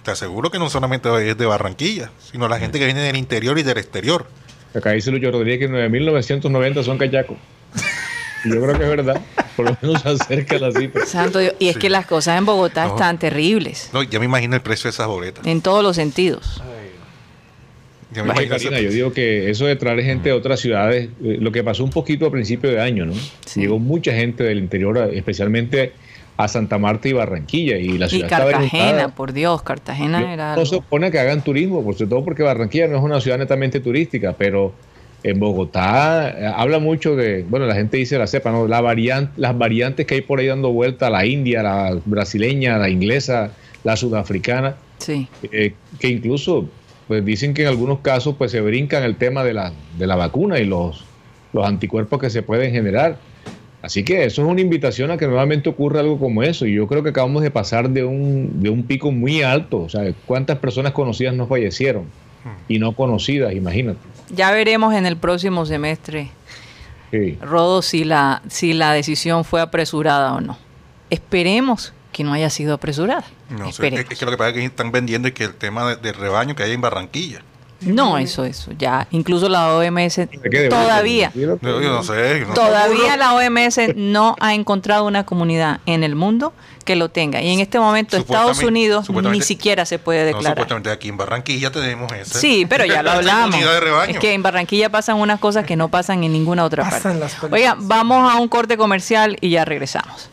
te aseguro que no solamente es de Barranquilla, sino la gente que viene del interior y del exterior. Acá dice Lucho Rodríguez que 9.990 son cachacos. Y yo creo que es verdad. Por lo menos se acerca la cifra. Santo Dios. Y es que las cosas en Bogotá están terribles. No, ya me imagino el precio de esas boletas. En todos los sentidos. Ya me Oye, imagino Karina, yo digo que eso de traer gente de otras ciudades, lo que pasó un poquito a principio de año, ¿no? Sí. Llegó mucha gente del interior, especialmente a Santa Marta y Barranquilla. Y la Y ciudad estaba Cartagena, enlutada. por Dios, Cartagena era No se algo. opone a que hagan turismo, por sobre todo porque Barranquilla no es una ciudad netamente turística, pero en Bogotá habla mucho de, bueno, la gente dice la cepa, ¿no? Las variantes que hay por ahí dando vuelta, la india, la brasileña, la inglesa, la sudafricana, Sí. que incluso pues dicen que en algunos casos pues se brincan el tema de la vacuna y los anticuerpos que se pueden generar. Así que eso es una invitación a que nuevamente ocurra algo como eso. Y yo creo que acabamos de pasar de un pico muy alto. O sea, ¿cuántas personas conocidas no fallecieron? Y no conocidas, imagínate. Ya veremos en el próximo semestre, Sí. Rodo, si la decisión fue apresurada o no. Esperemos que no haya sido apresurada. No sé, Esperemos. es que lo que pasa es que están vendiendo y que el tema del rebaño que hay en Barranquilla. No, eso. Ya, incluso la OMS ¿Qué todavía, Yo no sé. todavía la OMS no ha encontrado una comunidad en el mundo que lo tenga. Y en este momento Estados Unidos ni supuestamente- siquiera se puede No, declarar. supuestamente aquí en Barranquilla tenemos ese. Sí, pero ya lo esa hablamos. inmunidad de rebaño. Es que en Barranquilla pasan unas cosas que no pasan en ninguna otra Pasan parte. las películas. Oiga, vamos a un corte comercial y ya regresamos.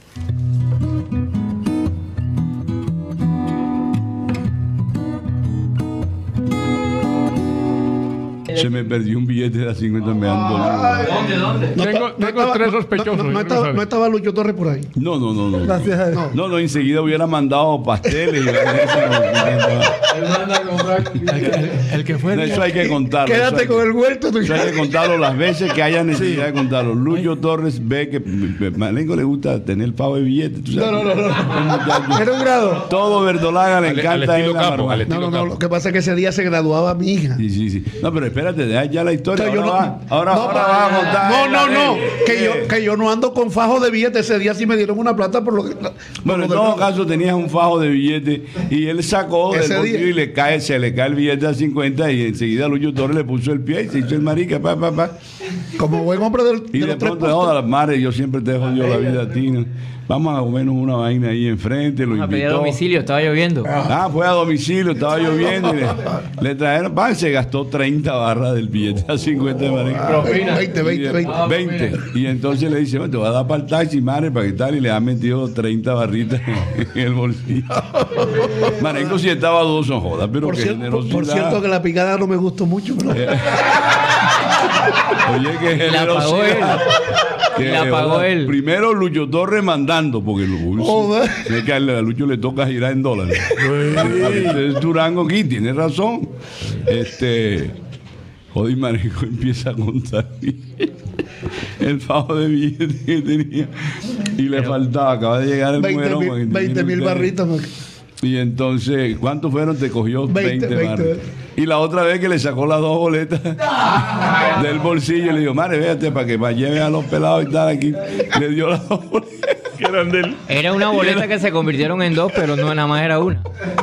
Se me perdió un billete de 50 me han dolido. Tengo tres sospechosos. No estaba Lucho Torres por ahí. No. Gracias a Dios. No, enseguida hubiera mandado pasteles. El que fue. Eso hay que contarlo. Quédate con el huerto. Eso hay que contarlo las veces que haya necesidad de contarlo. Lucho Torres ve que Malenco le gusta tener pavo de billetes. ¿tú sabes? No. Era un grado. Todo verdolaga le encanta. estilo él, la capo, normal. al estilo capo. Lo que pasa es que ese día se graduaba mi hija. Sí. No, pero espérate, deja ya la historia. Pero yo Ahora va a contar. No. Que yo no ando con fajo de billetes. Ese día sí me dieron una plata por lo que. Bueno, en todo caso tenías un fajo de billetes y él sacó del Ese bolsillo día. y se le cae el billete a 50 y enseguida Lucho Torres le puso el pie y se hizo el marica, pa. Como buen hombre Y de de los tres pronto, puntos. las madres, yo siempre te he jodido la vida a ti, ¿no? Vamos a comernos una vaina ahí enfrente, lo A pedir a invitó. domicilio, estaba lloviendo. Fue a domicilio, estaba lloviendo y le trajeron, se gastó 30 barras del billete a 50 de marica. 20. Y entonces le dice, bueno, te voy a dar para el taxi, madre, para que tal, y le ha metido 30 barritas en el bolsillo. Marenco sí estaba dos, son jodas, pero qué generosidad. Por cierto que la picada no me gustó mucho. Pero... Oye, qué La pagó él. generosidad. La pagó él. Primero Lucho Torres mandando, porque Joder. es que a Lucho le toca girar en dólares. Es Durango aquí, tiene razón. Joder, Marenco empieza a contar el fajo de billetes que tenía y le faltaba, acaba de llegar el muero. 20.000 barritas. Y entonces, ¿cuántos fueron? Te cogió 20 barras. Y la otra vez que le sacó las dos boletas del bolsillo, le dijo, madre, véate para que lleve a los pelados y tal aquí. Le dio las dos boletas que eran de él. Era una boleta que se convirtieron en dos, pero no, nada más era una.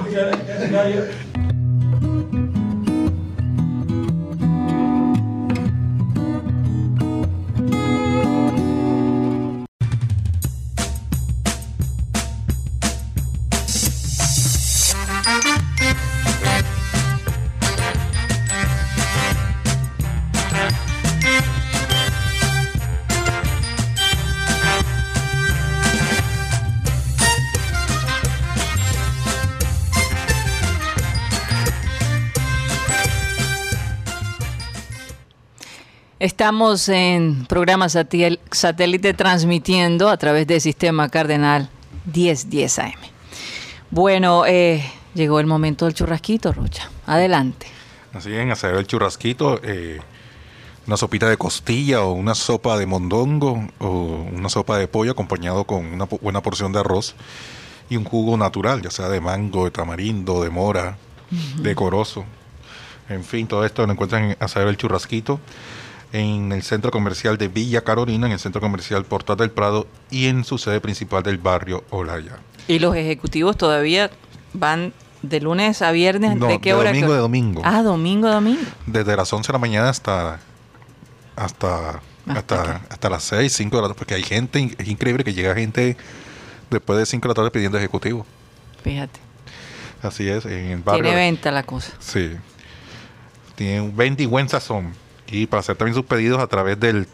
Estamos en programa satélite transmitiendo a través del sistema Cardenal 1010 AM. Bueno, llegó el momento del churrasquito, Rocha. Adelante. Así en hacer el churrasquito, una sopita de costilla o una sopa de mondongo o una sopa de pollo acompañado con una buena porción de arroz y un jugo natural, ya sea de mango, de tamarindo, de mora, de corozo. En fin, todo esto lo encuentran en Asadero El Churrasquito, en el centro comercial de Villa Carolina, en el centro comercial Portal del Prado y en su sede principal del barrio Olaya. Y los ejecutivos todavía van ¿De lunes a viernes? No, ¿De qué hora? Domingo de domingo. Ah, domingo a domingo. Desde las 11 de la mañana hasta las 6, 5 de la tarde, porque hay gente, es increíble que llega gente después de 5 de la tarde pidiendo ejecutivo. Fíjate. Así es, en el barrio. Tiene venta la cosa. Sí. Tiene un venta y buen sazón. Y para hacer también sus pedidos a través del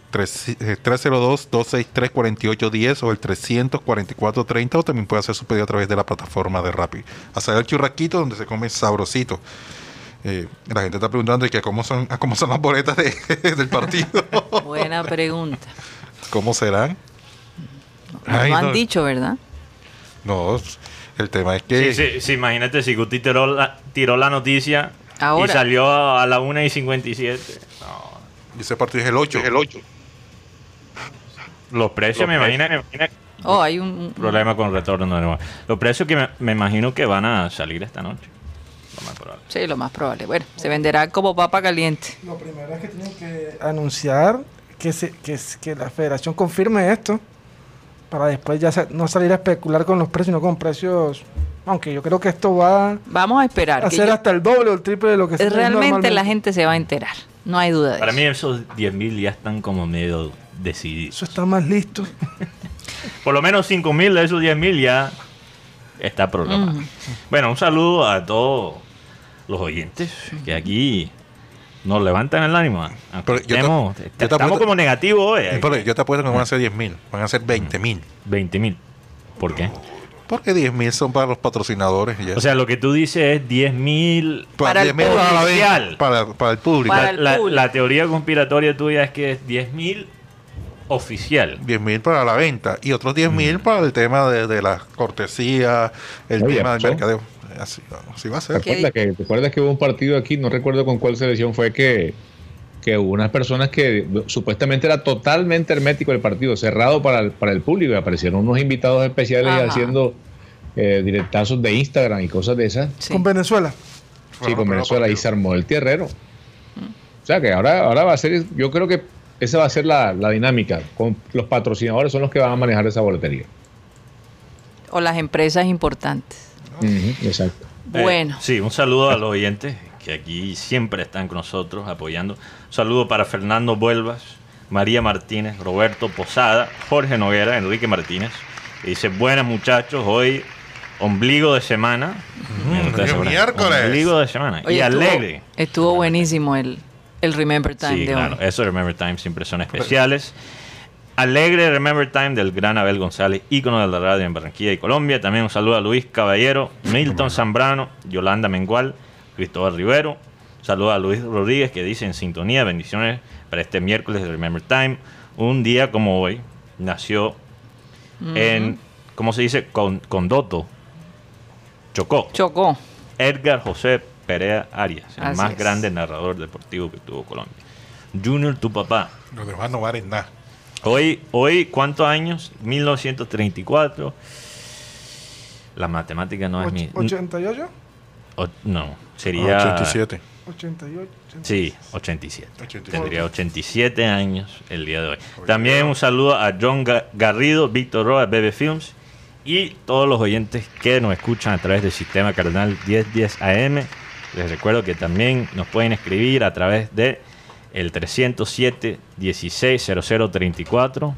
302-263-4810 o el 300-4430, o también puede hacer su pedido a través de la plataforma de Rappi. Hacer el churrasquito donde se come sabrosito. La gente está preguntando de que cómo son las boletas del partido. Buena pregunta. ¿Cómo serán? No han dicho, ¿verdad? No, el tema es que... Sí, imagínate si Guti tiró la noticia ahora, y salió a la 1:57. No. Y ese partido es el 8. Los precios, me imagino... hay un problema con retorno de nuevo. Los precios que me imagino que van a salir esta noche. Lo más probable. Sí, lo más probable. Bueno, se venderá como papa caliente. Lo primero es que tienen que anunciar que la federación confirme esto para después ya no salir a especular con los precios, sino con precios. Aunque yo creo que esto vamos a esperar a ser hasta el doble o el triple de lo que se realmente la gente se va a enterar. No hay duda de Para eso. mí esos 10.000 ya están como medio decididos. Eso está más listo. Por lo menos 5.000 de esos 10.000 ya está programado. Bueno, un saludo a todos los oyentes que aquí nos levantan el ánimo. Estamos como negativos hoy. Pero yo te apuesto que no van a ser 10.000, van a ser 20.000. 20.000. ¿Por qué? Porque 10.000 son para los patrocinadores. O sea, lo que tú dices es 10.000 para el oficial. Para el público. La teoría conspiratoria tuya es que es 10.000 oficial. 10.000 para la venta y otros 10.000 para el tema de la cortesía, el tema del mercadeo. Así va a ser. ¿Te acuerdas que hubo un partido aquí, no recuerdo con cuál selección fue, que hubo unas personas que supuestamente era totalmente hermético el partido, cerrado para el público, y aparecieron unos invitados especiales haciendo directazos de Instagram y cosas de esas? Sí. Con Venezuela. Sí, con Venezuela, y se armó el tierrero. O sea que ahora va a ser, yo creo que esa va a ser la dinámica. Con los patrocinadores son los que van a manejar esa boletería. O las empresas importantes. Exacto. Bueno. Sí, un saludo a los oyentes que aquí siempre están con nosotros apoyando. Un saludo para Fernando Vuelvas, María Martínez, Roberto Posada, Jorge Noguera, Enrique Martínez. Y dice, buenas muchachos, hoy ombligo de semana. Miércoles. Ombligo de semana. Oye, y alegre. Estuvo buenísimo el Remember Time sí, de claro, hoy. Esos Remember Time siempre son especiales. Alegre Remember Time del gran Abel González, ícono de la radio en Barranquilla y Colombia. También un saludo a Luis Caballero, Milton Zambrano, Yolanda Mengual, Cristóbal Rivero. Un saludo a Luis Rodríguez, que dice en sintonía, bendiciones para este miércoles de Remember Time. Un día como hoy nació en, ¿cómo se dice? Condoto, Chocó. Edgar José Perea Arias, el más grande narrador deportivo que tuvo Colombia. Junior, tu papá. Los demás no valen nada. Hoy, ¿cuántos años? 1934. La matemática no es mi... ¿88? No, sería... 87. 88. Sí, 87. Tendría 87 años el día de hoy. También un saludo a John Garrido, Víctor Roa, Bebe Films y todos los oyentes que nos escuchan a través del sistema Cardenal 1010 AM. Les recuerdo que también nos pueden escribir a través de el 307-160034,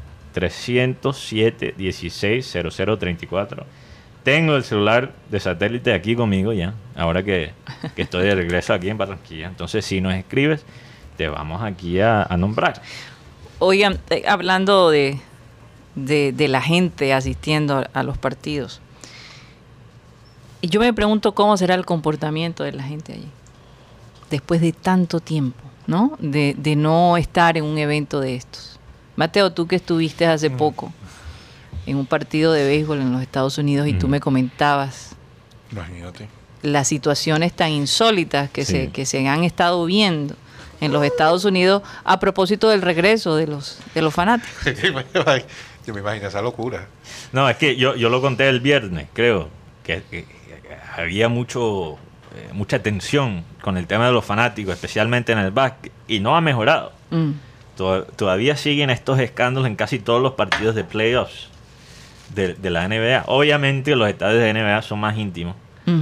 307-160034. Tengo el celular de satélite aquí conmigo ya, ahora que estoy de regreso aquí en Barranquilla. Entonces, si nos escribes, te vamos aquí a nombrar. Oigan, hablando de la gente asistiendo a los partidos, y yo me pregunto cómo será el comportamiento de la gente allí, después de tanto tiempo, ¿no? De no estar en un evento de estos. Mateo, tú que estuviste hace poco en un partido de béisbol en los Estados Unidos y tú me comentabas, imagínate, las situaciones tan insólitas que se han estado viendo en los Estados Unidos a propósito del regreso de los fanáticos. Yo me imagino esa locura. No, es que yo lo conté el viernes, creo, que había mucha tensión con el tema de los fanáticos, especialmente en el básquet, y no ha mejorado. Todavía siguen estos escándalos en casi todos los partidos de playoffs de la NBA. Obviamente los estadios de NBA son más íntimos,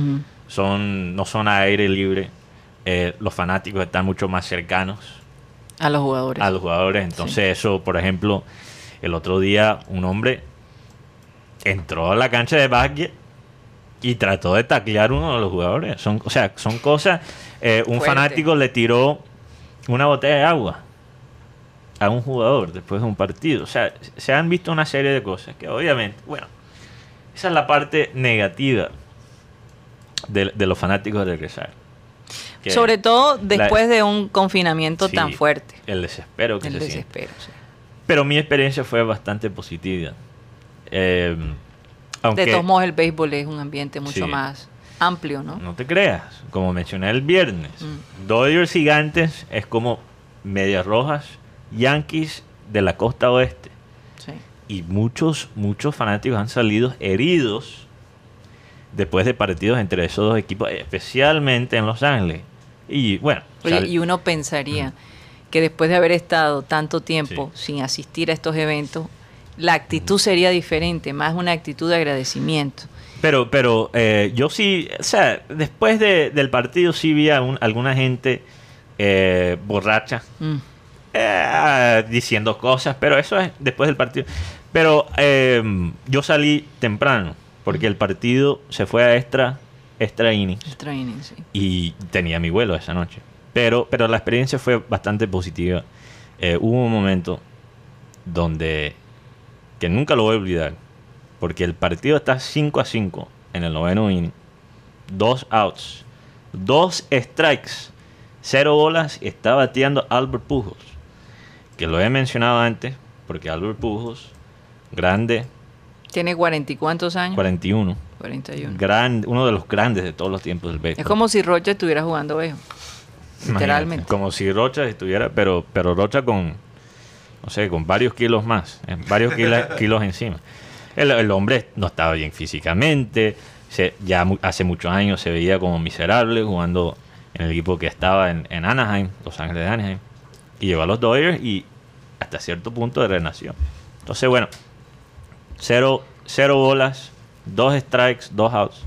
no son a aire libre. Los fanáticos están mucho más cercanos a los jugadores. Entonces eso, por ejemplo, el otro día un hombre entró a la cancha de básquet y trató de taclear a uno de los jugadores. Son cosas. Un fanático le tiró una botella de agua a un jugador después de un partido. O sea, se han visto una serie de cosas que obviamente, bueno, esa es la parte negativa de los fanáticos de regresar. Sobre todo después de un confinamiento tan fuerte. El desespero que se siente. Sí. Pero mi experiencia fue bastante positiva. Aunque, de todos modos, el béisbol es un ambiente mucho más amplio, ¿no? No te creas. Como mencioné el viernes, Dodgers Gigantes es como Medias Rojas, Yankees de la costa oeste. Sí. Y muchos fanáticos han salido heridos después de partidos entre esos dos equipos, especialmente en Los Ángeles. Y bueno. Oye, y uno pensaría que después de haber estado tanto tiempo sin asistir a estos eventos, la actitud sería diferente, más una actitud de agradecimiento. Pero yo sí, o sea, después del partido sí vi a alguna gente borracha diciendo cosas, pero eso es después del partido. Pero yo salí temprano porque el partido se fue a extra innings. Extra innings, sí. Y tenía mi vuelo esa noche. Pero la experiencia fue bastante positiva. Hubo un momento que nunca lo voy a olvidar, porque el partido está 5-5 en el 9º inning, 2 outs, 2 strikes, 0 bolas, y está bateando Albert Pujols, que lo he mencionado antes, porque Albert Pujols, grande. ¿Tiene 40 y cuántos años? 41. Uno de los grandes de todos los tiempos del béisbol. Es como si Rocha estuviera jugando béisbol. Literalmente. Como si Rocha estuviera, pero Rocha con, no sé, con varios kilos más, varios kilos encima. El hombre no estaba bien físicamente, ya hace muchos años se veía como miserable jugando en el equipo que estaba en Anaheim, Los Ángeles de Anaheim, y llegó a los Dodgers y hasta cierto punto renació. Entonces, bueno, 0 bolas, 2 strikes, 2 outs.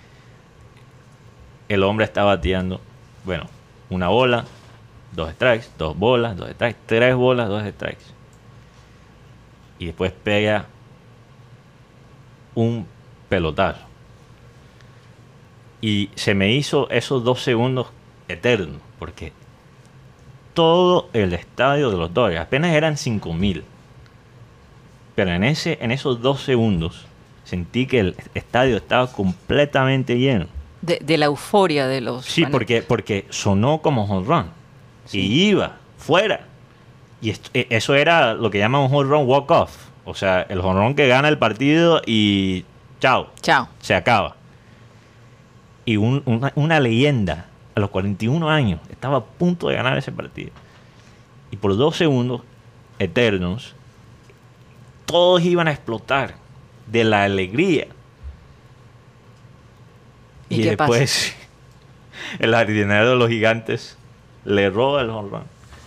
El hombre está bateando, bueno, 1 bola, 2 strikes, 2 bolas, 2 strikes, 3 bolas, 2 strikes. Y después pega un pelotazo. Y se me hizo esos 2 segundos eternos, porque todo el estadio de los Dodgers, apenas eran 5,000. Pero en esos 2 segundos sentí que el estadio estaba completamente lleno. De la euforia de los... Sí, porque sonó como home run. Sí. Y iba fuera. Y eso era lo que llaman un home run walk-off. O sea, el home run que gana el partido y chao. Se acaba. Y una leyenda a los 41 años estaba a punto de ganar ese partido. Y por 2 segundos eternos, todos iban a explotar de la alegría. ¿Y qué después el jardinero de los Gigantes le roba el home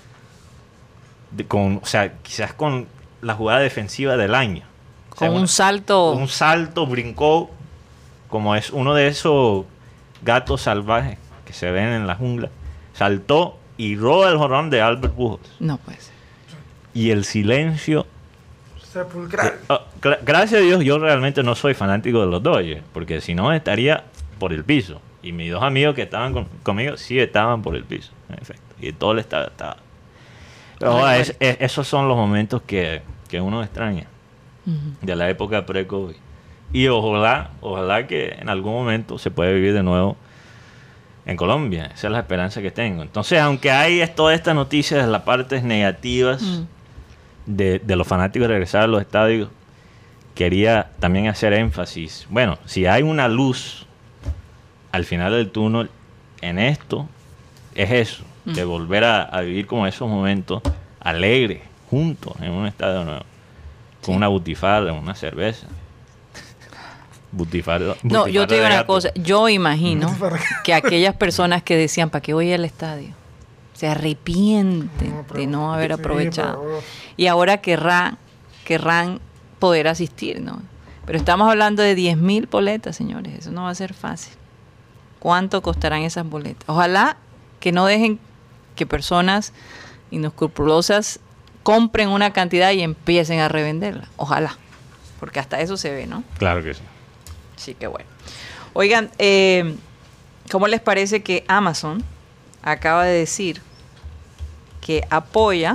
run. O sea, quizás con la jugada defensiva del año. Con un salto. Un salto, brincó, como es uno de esos gatos salvajes que se ven en la jungla. Saltó y roba el home run de Albert Pujols. No puede ser. Y el silencio sepulcral. Gracias a Dios, yo realmente no soy fanático de los Dodgers, porque si no estaría por el piso. Y mis 2 amigos que estaban conmigo sí estaban por el piso, en efecto. Y todo el estado estaba. Pero esos son los momentos que uno extraña de la época pre-COVID. Y ojalá que en algún momento se pueda vivir de nuevo en Colombia. Esa es la esperanza que tengo. Entonces, aunque hay todas estas noticias de las partes negativas de los fanáticos de regresar a los estadios, quería también hacer énfasis. Bueno, si hay una luz al final del túnel en esto, es eso, de volver a vivir como esos momentos alegres, juntos, en un estadio nuevo, con una butifarra, una cerveza. Butifarra. No, yo te digo una cosa, yo imagino que aquellas personas que decían, ¿para qué voy al estadio?, se arrepienten de no haber aprovechado. Y ahora querrán poder asistir, ¿no? Pero estamos hablando de 10,000 boletas, señores. Eso no va a ser fácil. ¿Cuánto costarán esas boletas? Ojalá que no dejen que personas inescrupulosas compren una cantidad y empiecen a revenderla. Ojalá, porque hasta eso se ve, ¿no? Claro que sí. Sí, que bueno. Oigan, ¿cómo les parece que Amazon acaba de decir que apoya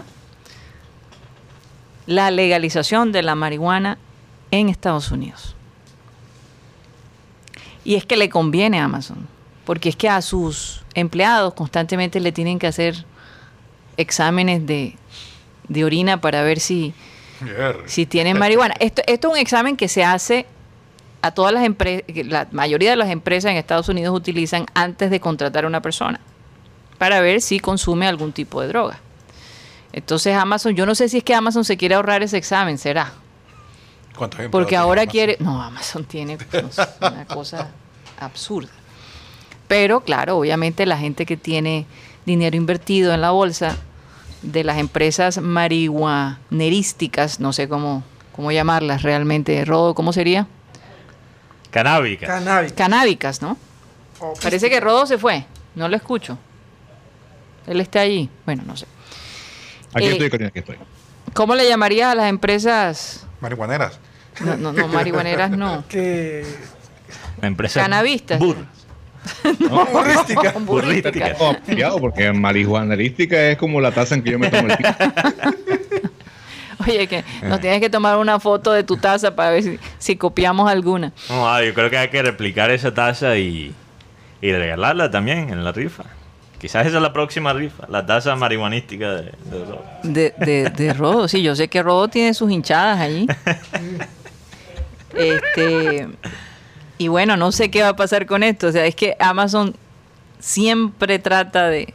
la legalización de la marihuana en Estados Unidos? Y es que le conviene a Amazon, porque es que a sus empleados constantemente le tienen que hacer exámenes de orina para ver si tienen marihuana. Esto es un examen que se hace a todas las empresas, la mayoría de las empresas en Estados Unidos utilizan antes de contratar a una persona, para ver si consume algún tipo de droga. Entonces Amazon, yo no sé si es que Amazon se quiere ahorrar ese examen, ¿será? Porque ahora quiere... No, Amazon tiene una cosa absurda. Pero claro, obviamente la gente que tiene dinero invertido en la bolsa de las empresas marihuanerísticas, no sé cómo llamarlas realmente, Rodo, ¿cómo sería? Canábicas, ¿no? Parece que Rodo se fue, no lo escucho. Él está allí, bueno, no sé. Aquí estoy. ¿Cómo le llamaría a las empresas? Marihuaneras. No, marihuaneras no. Empresas canabistas. Burrística. No, porque marihuanerística es como la taza en que yo me tomo el tinto. Oye, que nos tienes que tomar una foto de tu taza para ver si copiamos alguna. No, yo creo que hay que replicar esa taza y regalarla también en la rifa. Quizás esa es la próxima rifa, la taza marihuanística de Rodo. De Rodo, sí, yo sé que Rodo tiene sus hinchadas allí. Y bueno, no sé qué va a pasar con esto. O sea, es que Amazon siempre trata de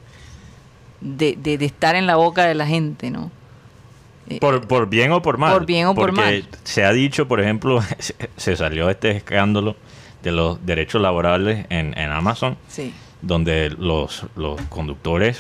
estar en la boca de la gente, ¿no? Por bien o por mal. Por bien o por mal. Porque se ha dicho, por ejemplo, se salió este escándalo de los derechos laborales en Amazon. Sí. Donde los conductores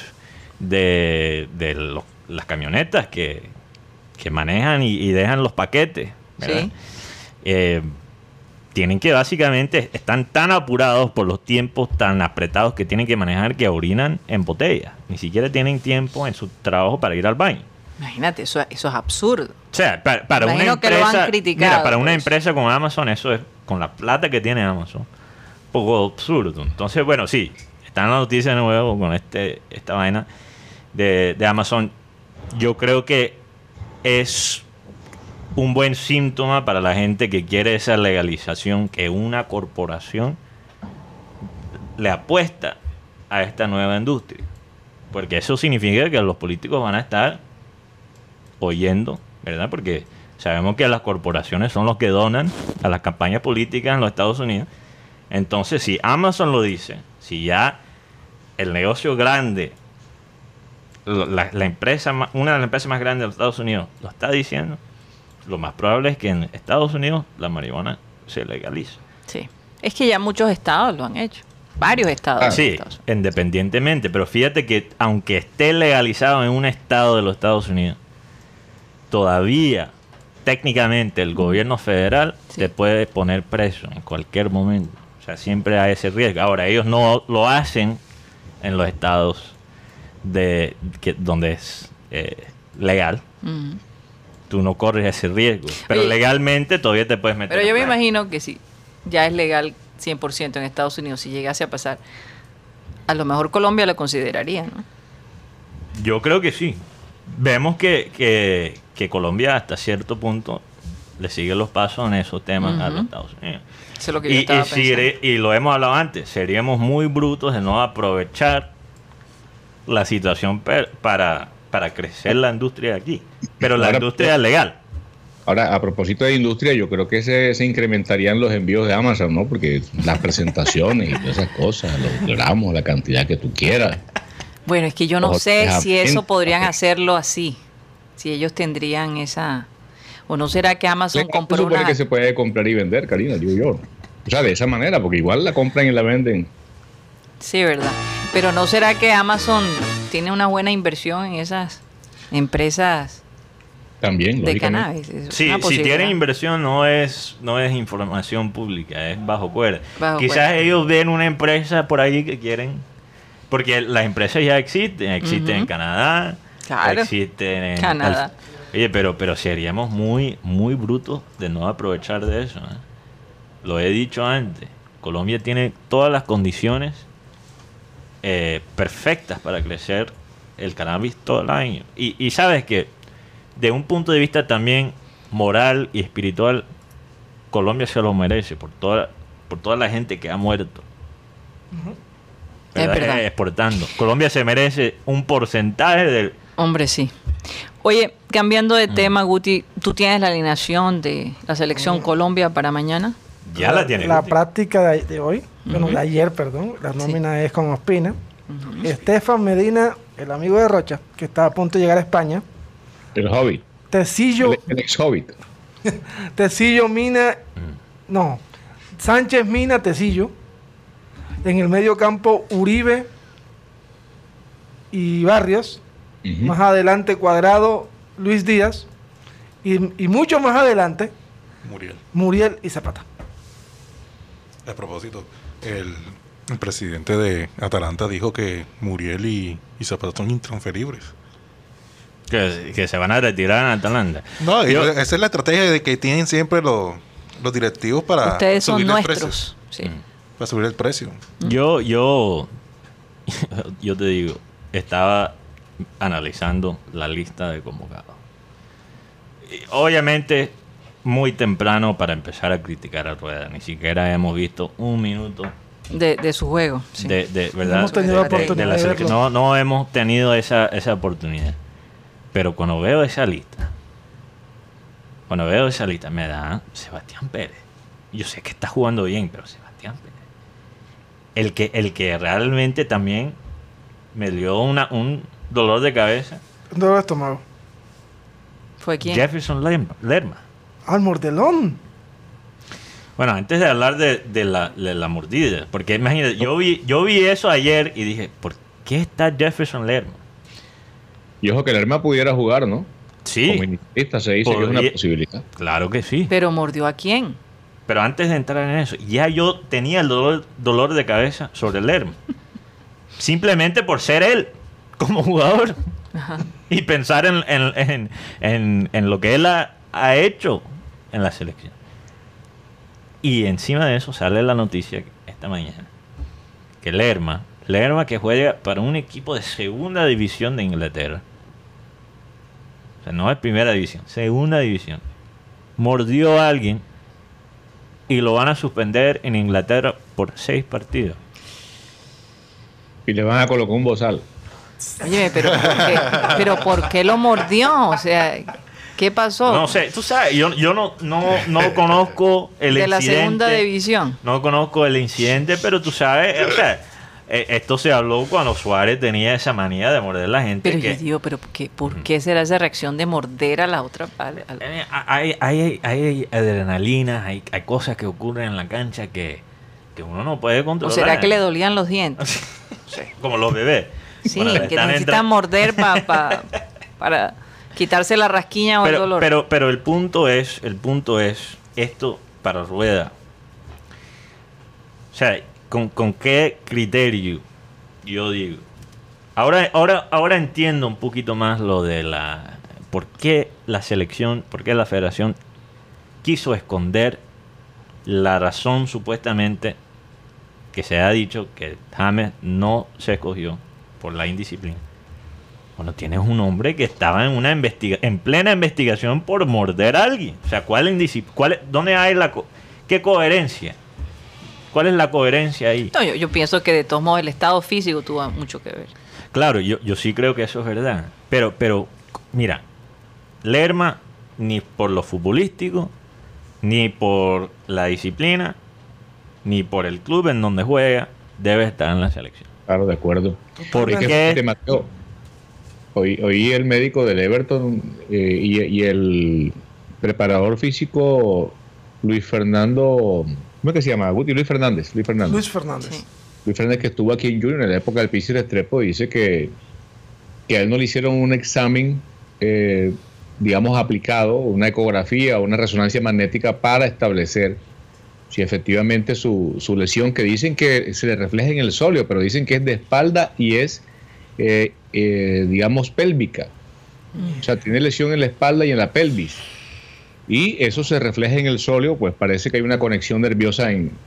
de las camionetas que manejan y dejan los paquetes, ¿verdad? Sí. Tienen que básicamente, están tan apurados por los tiempos tan apretados que tienen que manejar que orinan en botellas. Ni siquiera tienen tiempo en su trabajo para ir al baño. Imagínate, eso es absurdo. O sea, para una empresa, que lo han criticado, mira, para una empresa como Amazon, eso es, con la plata que tiene Amazon, un poco absurdo. Entonces, bueno, sí, está en la noticia de nuevo con esta vaina de Amazon. Yo creo que es un buen síntoma para la gente que quiere esa legalización, que una corporación le apuesta a esta nueva industria. Porque eso significa que los políticos van a estar oyendo, ¿verdad? Porque sabemos que las corporaciones son los que donan a las campañas políticas en los Estados Unidos. Entonces, si Amazon lo dice, si ya el negocio grande, la empresa, una de las empresas más grandes de los Estados Unidos lo está diciendo, lo más probable es que en Estados Unidos la marihuana se legalice. Sí, es que ya muchos estados lo han hecho, varios estados. Sí, independientemente, pero fíjate que aunque esté legalizado en un estado de los Estados Unidos, todavía técnicamente el gobierno federal te puede poner preso en cualquier momento. O sea, siempre hay ese riesgo. Ahora, ellos no lo hacen en los estados donde es legal. Tú no corres ese riesgo. Pero legalmente todavía te puedes meter. Pero yo me imagino que si ya es legal 100% en Estados Unidos, si llegase a pasar, a lo mejor Colombia lo consideraría, ¿no? Yo creo que sí. Vemos que Colombia hasta cierto punto le sigue los pasos en esos temas a los Estados Unidos. Eso es lo que yo estaba pensando. Y lo hemos hablado antes, seríamos muy brutos de no aprovechar la situación para crecer la industria aquí. Pero la industria es legal. Ahora, a propósito de industria, yo creo que se incrementarían los envíos de Amazon, ¿no? Porque las presentaciones y todas esas cosas, los gramos, la cantidad que tú quieras. Bueno, es que yo no sé si eso podrían hacerlo así. Si ellos tendrían esa... ¿O no será que Amazon compró una...? Que se puede comprar y vender, Karina, digo yo. O sea, de esa manera, porque igual la compran y la venden. Sí, verdad. Pero ¿no será que Amazon tiene una buena inversión en esas empresas También, de cannabis. Es Sí, una si posibilidad. tienen inversión no es información pública, es bajo cuerda. Bajo Quizás cuerda. ellos ven una empresa por ahí que quieren, porque las empresas ya existen en Canadá, Claro. existen en Canadá. Oye, pero seríamos muy brutos de no aprovechar de eso, ¿eh? Lo he dicho antes, Colombia tiene todas las condiciones perfectas para crecer el cannabis todo el año. Y sabes que de un punto de vista también moral y espiritual, Colombia se lo merece por toda la gente que ha muerto. Es verdad. Exportando. Colombia se merece un porcentaje del... Hombre, sí. Oye, cambiando de tema, Guti, ¿tú tienes la alineación de la selección Colombia para mañana? Ya la tiene. La Guti. práctica de hoy, bueno, de ayer, perdón, la nómina es con Ospina. Estefan Medina, el amigo de Rocha, que está a punto de llegar a España. El Hobbit. Tecillo, El ex Hobbit. Tecillo, Mina, no, Sánchez, Mina, Tecillo. En el medio campo, Uribe y Barrios. Más adelante, Cuadrado, Luis Díaz. Y mucho más adelante, Muriel y Zapata. A propósito, el presidente de Atalanta dijo que Muriel y Zapata son intransferibles. Que se van a retirar en Atalanta. No, esa es la estrategia de que tienen siempre los directivos para Ustedes son subir el nuestros. Sí. precio. Para subir el precio. Yo te digo, estaba analizando la lista de convocados. Y obviamente, muy temprano para empezar a criticar a Rueda. Ni siquiera hemos visto un minuto De su juego. Sí. de verdad. No hemos tenido la oportunidad la de selección. verlo. No hemos tenido esa oportunidad. Pero cuando veo esa lista, me da Sebastián Pérez. Yo sé que está jugando bien, pero Sebastián Pérez. El que realmente también me dio un dolor de cabeza. Un dolor de estómago. ¿Fue quién? Jefferson Lerma. Al Mordelón. Bueno, antes de hablar de la mordida, porque imagínate, yo vi eso ayer y dije, ¿por qué está Jefferson Lerma? Y ojo que el Lerma pudiera jugar, ¿no? Sí. Como inicia se dice que es una posibilidad. Claro que sí. Pero mordió a quién. Pero antes de entrar en eso, ya yo tenía el dolor de cabeza sobre Lerma. Simplemente por ser él como jugador. Ajá. Y pensar en lo que él ha hecho en la selección. Y encima de eso sale la noticia esta mañana que Lerma que juega para un equipo de segunda división de Inglaterra, o sea, no es primera división, segunda división, mordió a alguien y lo van a suspender en Inglaterra por 6 partidos. Y le van a colocar un bozal. Oye, pero ¿por qué lo mordió? O sea, ¿qué pasó? No sé, tú sabes, yo no conozco el de incidente. la segunda división. No conozco el incidente, pero tú sabes, o sea, esto se habló cuando Suárez tenía esa manía de morder a la gente. Pero yo digo, ¿por qué será esa reacción de morder a la otra? Hay adrenalina, hay cosas que ocurren en la cancha que uno no puede ¿O controlar. será que le dolían los dientes? Sí, como los bebés. Sí, Bueno, que necesitan morder para quitarse la rasquiña o el dolor. Pero el punto es esto para Rueda. O sea, ¿con qué criterio yo digo? Ahora entiendo un poquito más lo de por qué la selección, por qué la federación quiso esconder la razón supuestamente que se ha dicho que James no se escogió por la indisciplina. Bueno, tienes un hombre que estaba en plena investigación por morder a alguien. O sea, ¿dónde hay qué coherencia? ¿Cuál es la coherencia ahí? No, yo pienso que de todos modos el estado físico tuvo mucho que ver. Claro, yo sí creo que eso es verdad. Pero mira, Lerma, ni por lo futbolístico, ni por la disciplina, ni por el club en donde juega, debe estar en la selección. Claro, de acuerdo. ¿Por Es que, qué? Mateo, oí el médico del Everton y el preparador físico Luis Fernando, ¿cómo es que se llama? Guti, Luis Fernández. Luis Fernández. Sí. Luis Fernández, que estuvo aquí en Junior en la época del Pizzi Restrepo, dice que a él no le hicieron un examen digamos, aplicado una ecografía o una resonancia magnética para establecer si efectivamente su lesión, que dicen que se le refleja en el sóleo, pero dicen que es de espalda y es, digamos, pélvica. O sea, tiene lesión en la espalda y en la pelvis. Y eso se refleja en el sóleo, pues parece que hay una conexión nerviosa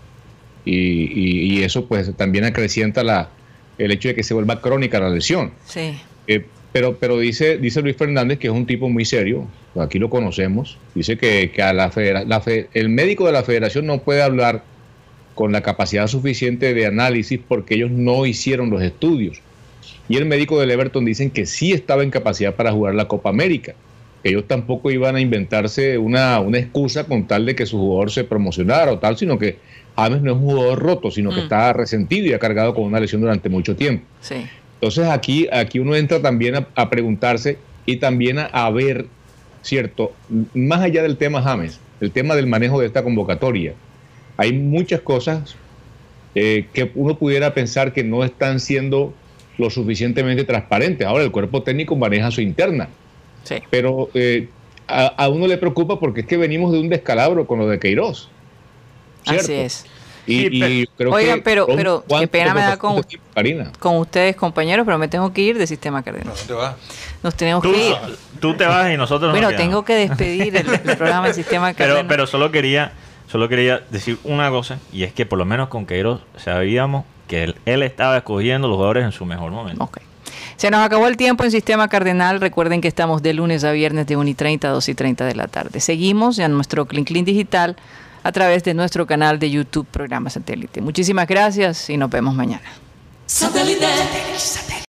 y eso pues también acrecienta el hecho de que se vuelva crónica la lesión. Sí. Pero dice Luis Fernández, que es un tipo muy serio, aquí lo conocemos, dice que a el médico de la federación no puede hablar con la capacidad suficiente de análisis porque ellos no hicieron los estudios. Y el médico del Everton dicen que sí estaba en capacidad para jugar la Copa América. Ellos tampoco iban a inventarse una excusa con tal de que su jugador se promocionara o tal, sino que James no es un jugador roto, sino que está resentido y ha cargado con una lesión durante mucho tiempo. Sí. Entonces aquí uno entra también a preguntarse y también a ver, ¿cierto? Más allá del tema James, el tema del manejo de esta convocatoria, hay muchas cosas que uno pudiera pensar que no están siendo lo suficientemente transparentes. Ahora el cuerpo técnico maneja su interna, sí, pero a uno le preocupa porque es que venimos de un descalabro con lo de Queiroz, ¿cierto? Así es. Y creo oigan, que pero qué pena me da con ustedes, compañeros, pero me tengo que ir de Sistema Cardenal. ¿Dónde vas? Nos tenemos que ir. Tú te vas y nosotros nos Bueno, quedamos. tengo que despedir el programa de Sistema Cardenal. Pero solo quería decir una cosa, y es que por lo menos con Queiroz sabíamos que él estaba escogiendo los jugadores en su mejor momento. Ok. Se nos acabó el tiempo en Sistema Cardenal. Recuerden que estamos de lunes a viernes de 1:30 a 2:30 de la tarde. Seguimos en nuestro Clean Clean Digital a través de nuestro canal de YouTube Programa Satélite. Muchísimas gracias y nos vemos mañana. Satélite.